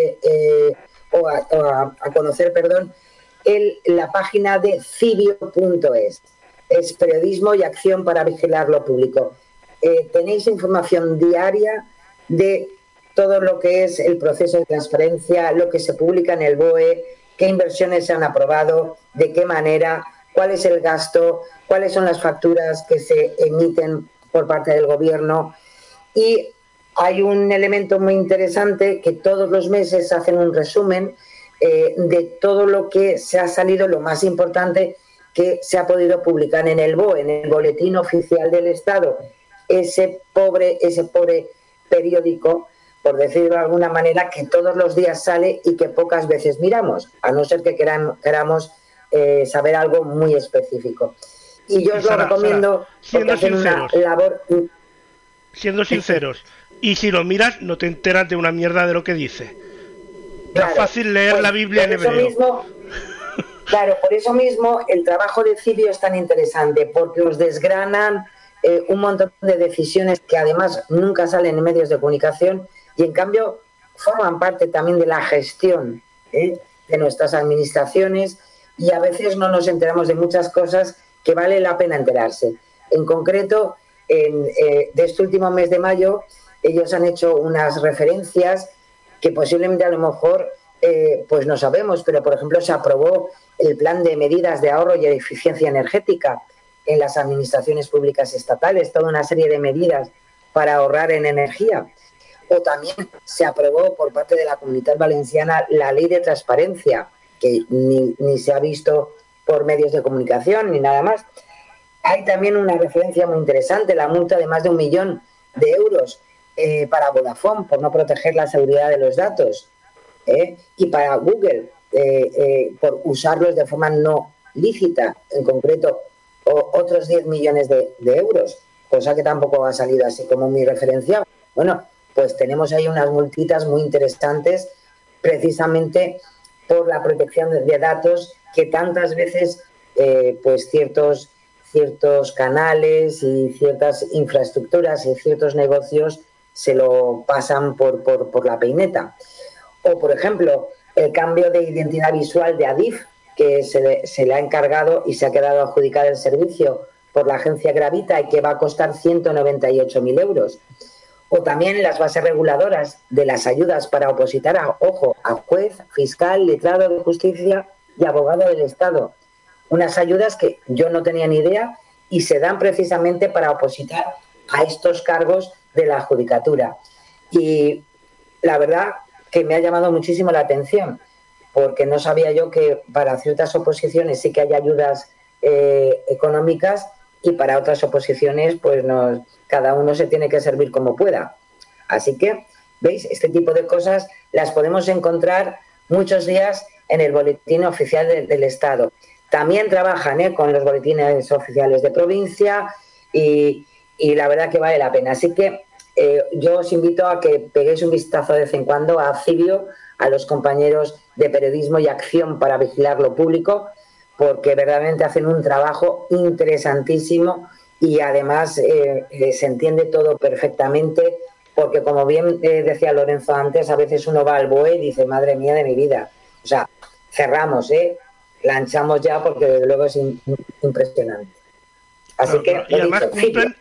a conocer, la página de cibio.es. Es periodismo y acción para vigilar lo público. Tenéis información diaria de todo lo que es el proceso de transparencia, lo que se publica en el BOE, qué inversiones se han aprobado, de qué manera, cuál es el gasto, cuáles son las facturas que se emiten por parte del gobierno. Y hay un elemento muy interesante, que todos los meses hacen un resumen de todo lo que se ha salido, lo más importante que se ha podido publicar en el BOE, en el Boletín Oficial del Estado, ese pobre periódico, por decirlo de alguna manera, que todos los días sale y que pocas veces miramos, a no ser que queramos saber algo muy específico. Y yo os lo recomiendo, porque hacen una labor...
Siendo sinceros, y si lo miras no te enteras de una mierda de lo que dice. Más fácil leer
pues,
la Biblia en hebreo.
Claro, por eso mismo el trabajo de Cibio es tan interesante, porque os desgranan un montón de decisiones que además nunca salen en medios de comunicación y en cambio forman parte también de la gestión de nuestras administraciones, y a veces no nos enteramos de muchas cosas que vale la pena enterarse. En concreto, de este último mes de mayo, ellos han hecho unas referencias que posiblemente a lo mejor pues no sabemos, pero por ejemplo se aprobó el plan de medidas de ahorro y eficiencia energética en las administraciones públicas estatales, toda una serie de medidas para ahorrar en energía. O también se aprobó por parte de la Comunitat Valenciana la ley de transparencia, que ni se ha visto por medios de comunicación ni nada más. Hay también una referencia muy interesante, la multa de más de 1 millón de euros para Vodafone por no proteger la seguridad de los datos, y para Google por usarlos de forma no lícita, en concreto otros 10 millones de euros, cosa que tampoco ha salido así como muy referenciado. Bueno, pues tenemos ahí unas multitas muy interesantes precisamente por la protección de datos que tantas veces pues ciertos canales y ciertas infraestructuras y ciertos negocios se lo pasan por la peineta. O, por ejemplo, el cambio de identidad visual de Adif, que se le ha encargado y se ha quedado adjudicado el servicio por la agencia Gravita y que va a costar 198.000 euros. O también las bases reguladoras de las ayudas para opositar a juez, fiscal, letrado de justicia y abogado del Estado. Unas ayudas que yo no tenía ni idea y se dan precisamente para opositar a estos cargos de la judicatura. Y la verdad que me ha llamado muchísimo la atención, porque no sabía yo que para ciertas oposiciones sí que hay ayudas económicas y para otras oposiciones pues cada uno se tiene que servir como pueda. Así que, ¿veis? Este tipo de cosas las podemos encontrar muchos días en el Boletín Oficial del Estado. También trabajan con los boletines oficiales de provincia y la verdad que vale la pena. Así que yo os invito a que peguéis un vistazo de vez en cuando a Cibio, a los compañeros de periodismo y acción para vigilar lo público, porque verdaderamente hacen un trabajo interesantísimo y además se entiende todo perfectamente, porque como bien decía Lorenzo antes, a veces uno va al BOE y dice, madre mía de mi vida, o sea, cerramos, lanchamos ya, porque desde luego es impresionante. Así que
y además cumplen,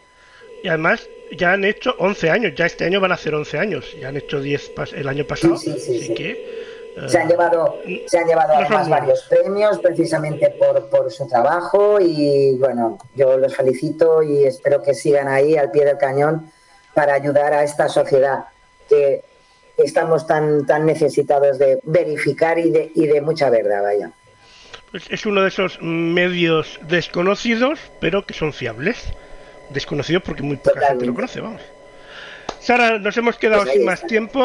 y además ya han hecho 11 años, ya este año van a hacer 11 años, ya han hecho 10 el año pasado, así que
se han llevado además varios premios precisamente por su trabajo, y bueno, yo los felicito y espero que sigan ahí al pie del cañón para ayudar a esta sociedad que estamos tan necesitados de verificar y de mucha verdad, vaya.
Pues es uno de esos medios desconocidos, pero que son fiables. Desconocidos porque muy poca gente lo conoce, vamos. Sara, nos hemos quedado sin más tiempo.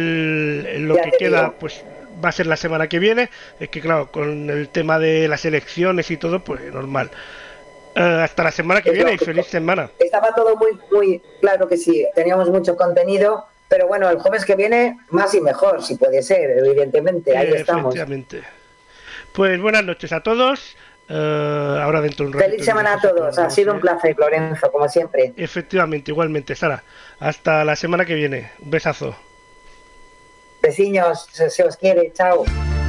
Lo que queda pues va a ser la semana que viene. Es que claro, con el tema de las elecciones y todo, pues normal. Hasta la semana que viene y feliz semana.
Estaba todo muy claro que sí. Teníamos mucho contenido, pero bueno, el jueves que viene más y mejor, si puede ser, evidentemente. Ahí estamos.
Efectivamente. Pues buenas noches a todos. Ahora dentro de un rato.
Feliz semana a todos. Ha sido un placer, Lorenzo, como siempre.
Efectivamente, igualmente, Sara. Hasta la semana que viene. Un besazo.
Besiños, se os quiere. Chao.